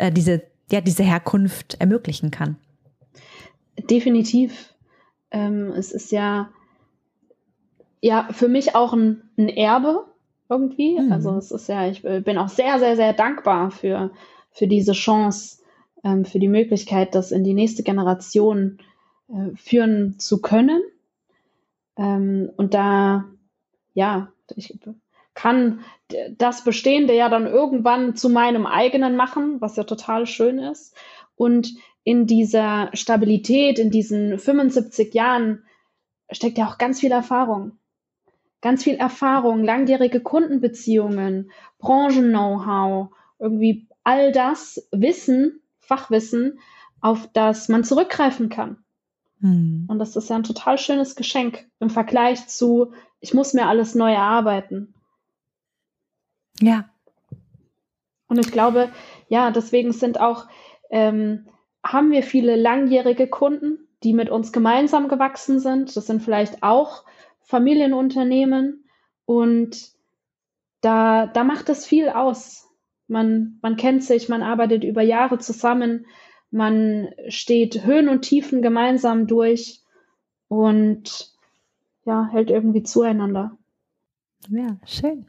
ermöglichen kann. Definitiv. Es ist ja für mich auch ein Erbe irgendwie. Mhm. Also es ist ich bin auch sehr, sehr, sehr dankbar für diese Chance, für die Möglichkeit, das in die nächste Generation führen zu können. Und da, ich kann das Bestehende ja dann irgendwann zu meinem eigenen machen, was ja total schön ist. Und in dieser Stabilität, in diesen 75 Jahren steckt ja auch ganz viel Erfahrung. Ganz viel Erfahrung, langjährige Kundenbeziehungen, Branchen-Know-how, irgendwie all das Wissen, Fachwissen, auf das man zurückgreifen kann. Und das ist ja ein total schönes Geschenk im Vergleich zu, ich muss mir alles neu erarbeiten. Ja. Und ich glaube, deswegen haben wir viele langjährige Kunden, die mit uns gemeinsam gewachsen sind. Das sind vielleicht auch Familienunternehmen und da macht es viel aus. Man kennt sich, man arbeitet über Jahre zusammen, man steht Höhen und Tiefen gemeinsam durch und hält irgendwie zueinander. Ja, schön.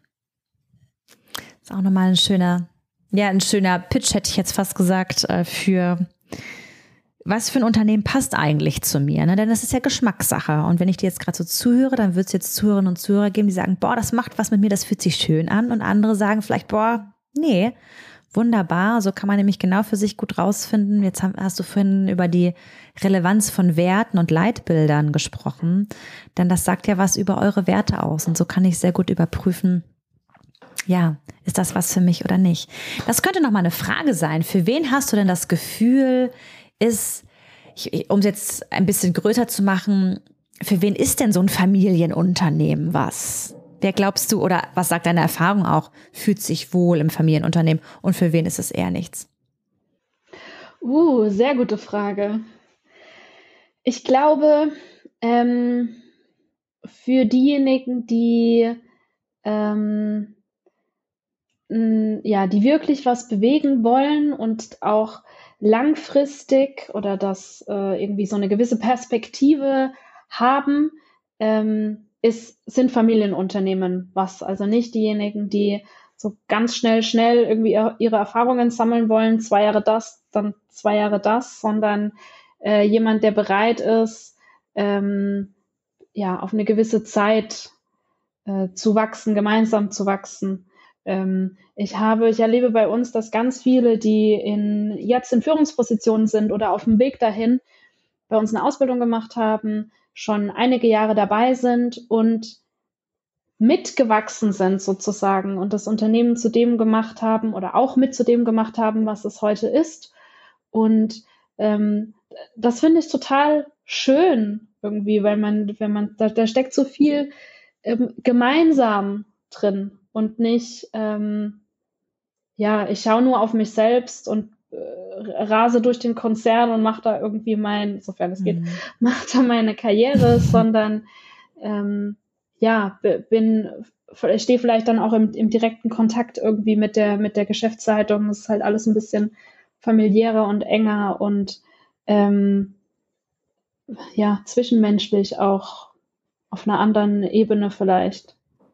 Ist auch nochmal ein schöner Pitch, hätte ich jetzt fast gesagt, für was für ein Unternehmen passt eigentlich zu mir, ne? Denn das ist ja Geschmackssache. Und wenn ich dir jetzt gerade so zuhöre, dann wird es jetzt Zuhörerinnen und Zuhörer geben, die sagen, boah, das macht was mit mir, das fühlt sich schön an. Und andere sagen vielleicht, boah, nee, wunderbar. So kann man nämlich genau für sich gut rausfinden. Jetzt hast du vorhin über die Relevanz von Werten und Leitbildern gesprochen. Denn das sagt ja was über eure Werte aus. Und so kann ich sehr gut überprüfen, ist das was für mich oder nicht? Das könnte noch mal eine Frage sein. Für wen hast du denn das Gefühl, um es jetzt ein bisschen größer zu machen, für wen ist denn so ein Familienunternehmen was? Wer glaubst du, oder was sagt deine Erfahrung auch, fühlt sich wohl im Familienunternehmen und für wen ist es eher nichts? Sehr gute Frage. Ich glaube, für diejenigen, die die wirklich was bewegen wollen und auch langfristig oder das irgendwie so eine gewisse Perspektive haben, sind Familienunternehmen was. Also nicht diejenigen, die so ganz schnell irgendwie ihre Erfahrungen sammeln wollen, 2 Jahre das, dann 2 Jahre das, sondern jemand, der bereit ist, auf eine gewisse Zeit zu wachsen, gemeinsam zu wachsen. Ich erlebe bei uns, dass ganz viele, die jetzt in Führungspositionen sind oder auf dem Weg dahin, bei uns eine Ausbildung gemacht haben, schon einige Jahre dabei sind und mitgewachsen sind sozusagen und das Unternehmen zu dem gemacht haben oder auch mit zu dem gemacht haben, was es heute ist. Und das finde ich total schön irgendwie, weil da steckt so viel gemeinsam drin. Und nicht, ich schaue nur auf mich selbst und rase durch den Konzern und mache da irgendwie sofern es geht, mache da meine Karriere, sondern ich stehe vielleicht dann auch im direkten Kontakt irgendwie mit der Geschäftsleitung. Es ist halt alles ein bisschen familiärer und enger und zwischenmenschlich auch auf einer anderen Ebene vielleicht.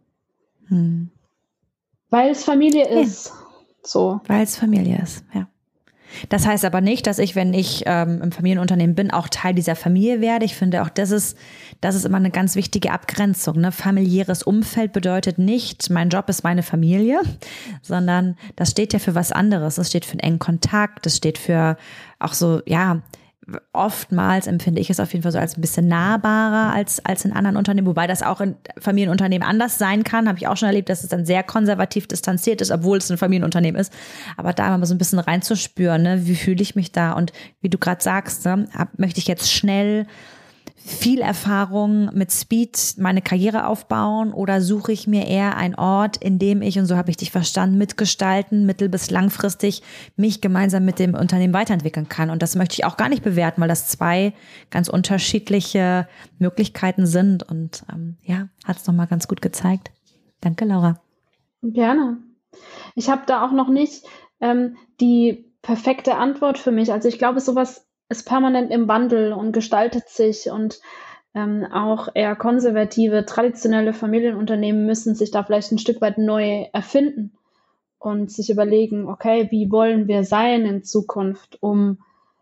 Weil es Familie ist. So. Weil es Familie ist, ja. Das heißt aber nicht, dass ich, wenn ich im Familienunternehmen bin, auch Teil dieser Familie werde. Ich finde auch, das ist immer eine ganz wichtige Abgrenzung. Ne? Familiäres Umfeld bedeutet nicht, mein Job ist meine Familie, sondern das steht ja für was anderes. Das steht für einen engen Kontakt, das steht für auch so, oftmals empfinde ich es auf jeden Fall so als ein bisschen nahbarer als in anderen Unternehmen, wobei das auch in Familienunternehmen anders sein kann, habe ich auch schon erlebt, dass es dann sehr konservativ distanziert ist, obwohl es ein Familienunternehmen ist, aber da mal so ein bisschen reinzuspüren, ne? Wie fühle ich mich da und wie du gerade sagst, ne? Möchte ich jetzt schnell viel Erfahrung mit Speed meine Karriere aufbauen oder suche ich mir eher einen Ort, in dem ich, und so habe ich dich verstanden, mitgestalten, mittel- bis langfristig mich gemeinsam mit dem Unternehmen weiterentwickeln kann. Und das möchte ich auch gar nicht bewerten, weil das 2 ganz unterschiedliche Möglichkeiten sind. Und hat es nochmal ganz gut gezeigt. Danke, Laura. Gerne. Ich habe da auch noch nicht die perfekte Antwort für mich. Also ich glaube, sowas ist permanent im Wandel und gestaltet sich und auch eher konservative, traditionelle Familienunternehmen müssen sich da vielleicht ein Stück weit neu erfinden und sich überlegen, okay, wie wollen wir sein in Zukunft, um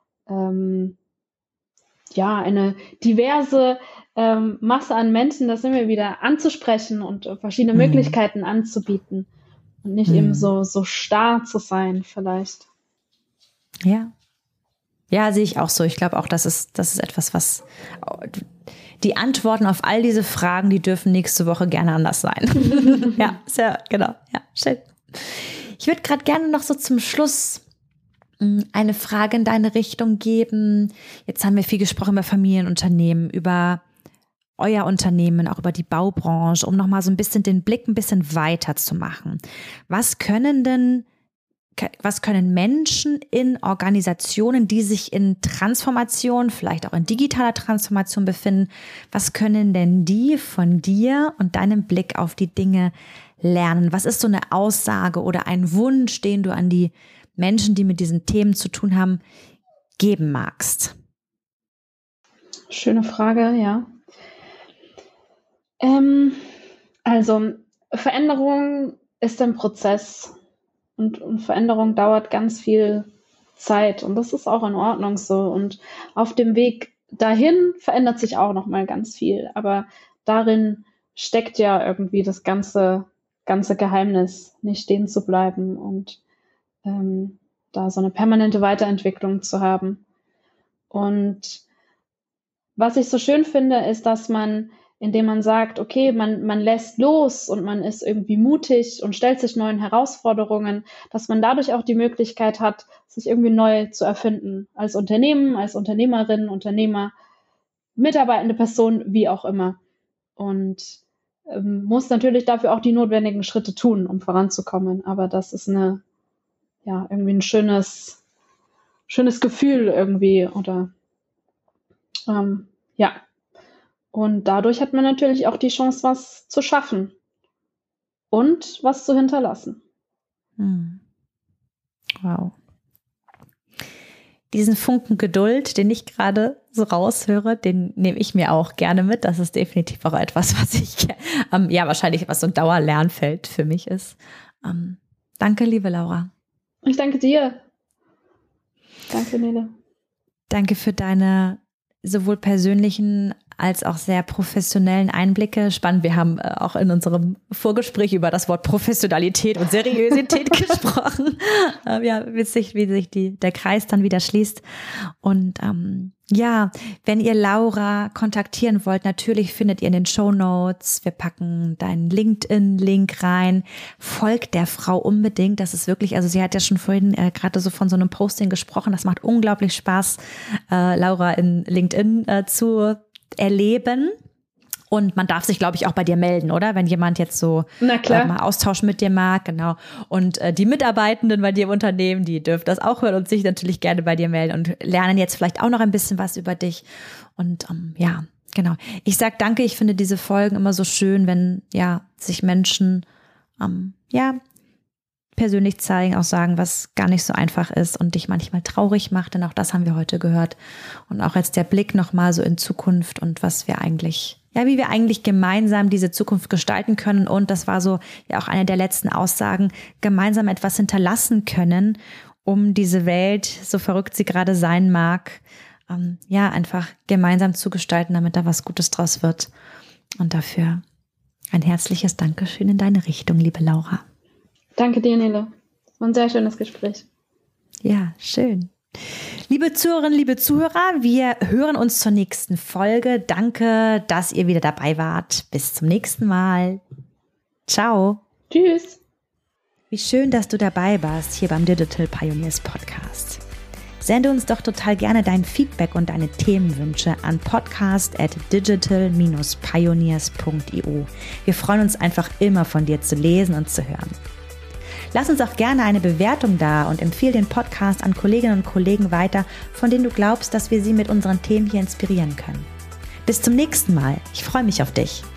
eine diverse Masse an Menschen, das sind wir wieder, anzusprechen und verschiedene Möglichkeiten anzubieten und nicht eben so starr zu sein vielleicht. Ja. Ja, sehe ich auch so. Ich glaube auch, das ist etwas, was die Antworten auf all diese Fragen, die dürfen nächste Woche gerne anders sein. Ja, sehr, genau. Ja, schön. Ich würde gerade gerne noch so zum Schluss eine Frage in deine Richtung geben. Jetzt haben wir viel gesprochen über Familienunternehmen, über euer Unternehmen, auch über die Baubranche, um nochmal so ein bisschen den Blick ein bisschen weiter zu machen. Was können Menschen in Organisationen, die sich in Transformation, vielleicht auch in digitaler Transformation befinden, was können denn die von dir und deinem Blick auf die Dinge lernen? Was ist so eine Aussage oder ein Wunsch, den du an die Menschen, die mit diesen Themen zu tun haben, geben magst? Schöne Frage, ja. Also Veränderung ist ein Prozess und Veränderung dauert ganz viel Zeit und das ist auch in Ordnung so. Und auf dem Weg dahin verändert sich auch noch mal ganz viel, aber darin steckt ja irgendwie das ganze Geheimnis, nicht stehen zu bleiben und da so eine permanente Weiterentwicklung zu haben. Und was ich so schön finde, ist, dass man, indem man sagt, okay, man lässt los und man ist irgendwie mutig und stellt sich neuen Herausforderungen, dass man dadurch auch die Möglichkeit hat, sich irgendwie neu zu erfinden. Als Unternehmen, als Unternehmerin, Unternehmer, mitarbeitende Person, wie auch immer. Und muss natürlich dafür auch die notwendigen Schritte tun, um voranzukommen. Aber das ist irgendwie ein schönes Gefühl irgendwie oder Und dadurch hat man natürlich auch die Chance, was zu schaffen und was zu hinterlassen. Wow. Diesen Funken Geduld, den ich gerade so raushöre, den nehme ich mir auch gerne mit. Das ist definitiv auch etwas, was ich, wahrscheinlich was so ein Dauerlernfeld für mich ist. Danke, liebe Laura. Ich danke dir. Danke, Nele. Danke für deine sowohl persönlichen als auch sehr professionellen Einblicke. Spannend, wir haben auch in unserem Vorgespräch über das Wort Professionalität und Seriosität gesprochen. Witzig, wie sich der Kreis dann wieder schließt. Und wenn ihr Laura kontaktieren wollt, natürlich findet ihr in den Shownotes, wir packen deinen LinkedIn-Link rein. Folgt der Frau unbedingt. Das ist wirklich, also sie hat ja schon vorhin gerade so von so einem Posting gesprochen. Das macht unglaublich Spaß, Laura in LinkedIn zu erleben. Und man darf sich, glaube ich, auch bei dir melden, oder? Wenn jemand jetzt so mal Austausch mit dir mag, genau. Und die Mitarbeitenden bei dir im Unternehmen, die dürfen das auch hören und sich natürlich gerne bei dir melden und lernen jetzt vielleicht auch noch ein bisschen was über dich. Und genau. Ich sag danke, ich finde diese Folgen immer so schön, wenn sich Menschen persönlich zeigen, auch sagen, was gar nicht so einfach ist und dich manchmal traurig macht, denn auch das haben wir heute gehört. Und auch jetzt der Blick nochmal so in Zukunft und was wir eigentlich, wie wir eigentlich gemeinsam diese Zukunft gestalten können. Und das war so auch eine der letzten Aussagen, gemeinsam etwas hinterlassen können, um diese Welt, so verrückt sie gerade sein mag, einfach gemeinsam zu gestalten, damit da was Gutes draus wird. Und dafür ein herzliches Dankeschön in deine Richtung, liebe Laura. Danke dir, Nele. Das war ein sehr schönes Gespräch. Ja, schön. Liebe Zuhörerinnen, liebe Zuhörer, wir hören uns zur nächsten Folge. Danke, dass ihr wieder dabei wart. Bis zum nächsten Mal. Ciao. Tschüss. Wie schön, dass du dabei warst hier beim Digital Pioneers Podcast. Sende uns doch total gerne dein Feedback und deine Themenwünsche an podcast@digital-pioneers.io. Wir freuen uns einfach immer von dir zu lesen und zu hören. Lass uns auch gerne eine Bewertung da und empfehle den Podcast an Kolleginnen und Kollegen weiter, von denen du glaubst, dass wir sie mit unseren Themen hier inspirieren können. Bis zum nächsten Mal. Ich freue mich auf dich.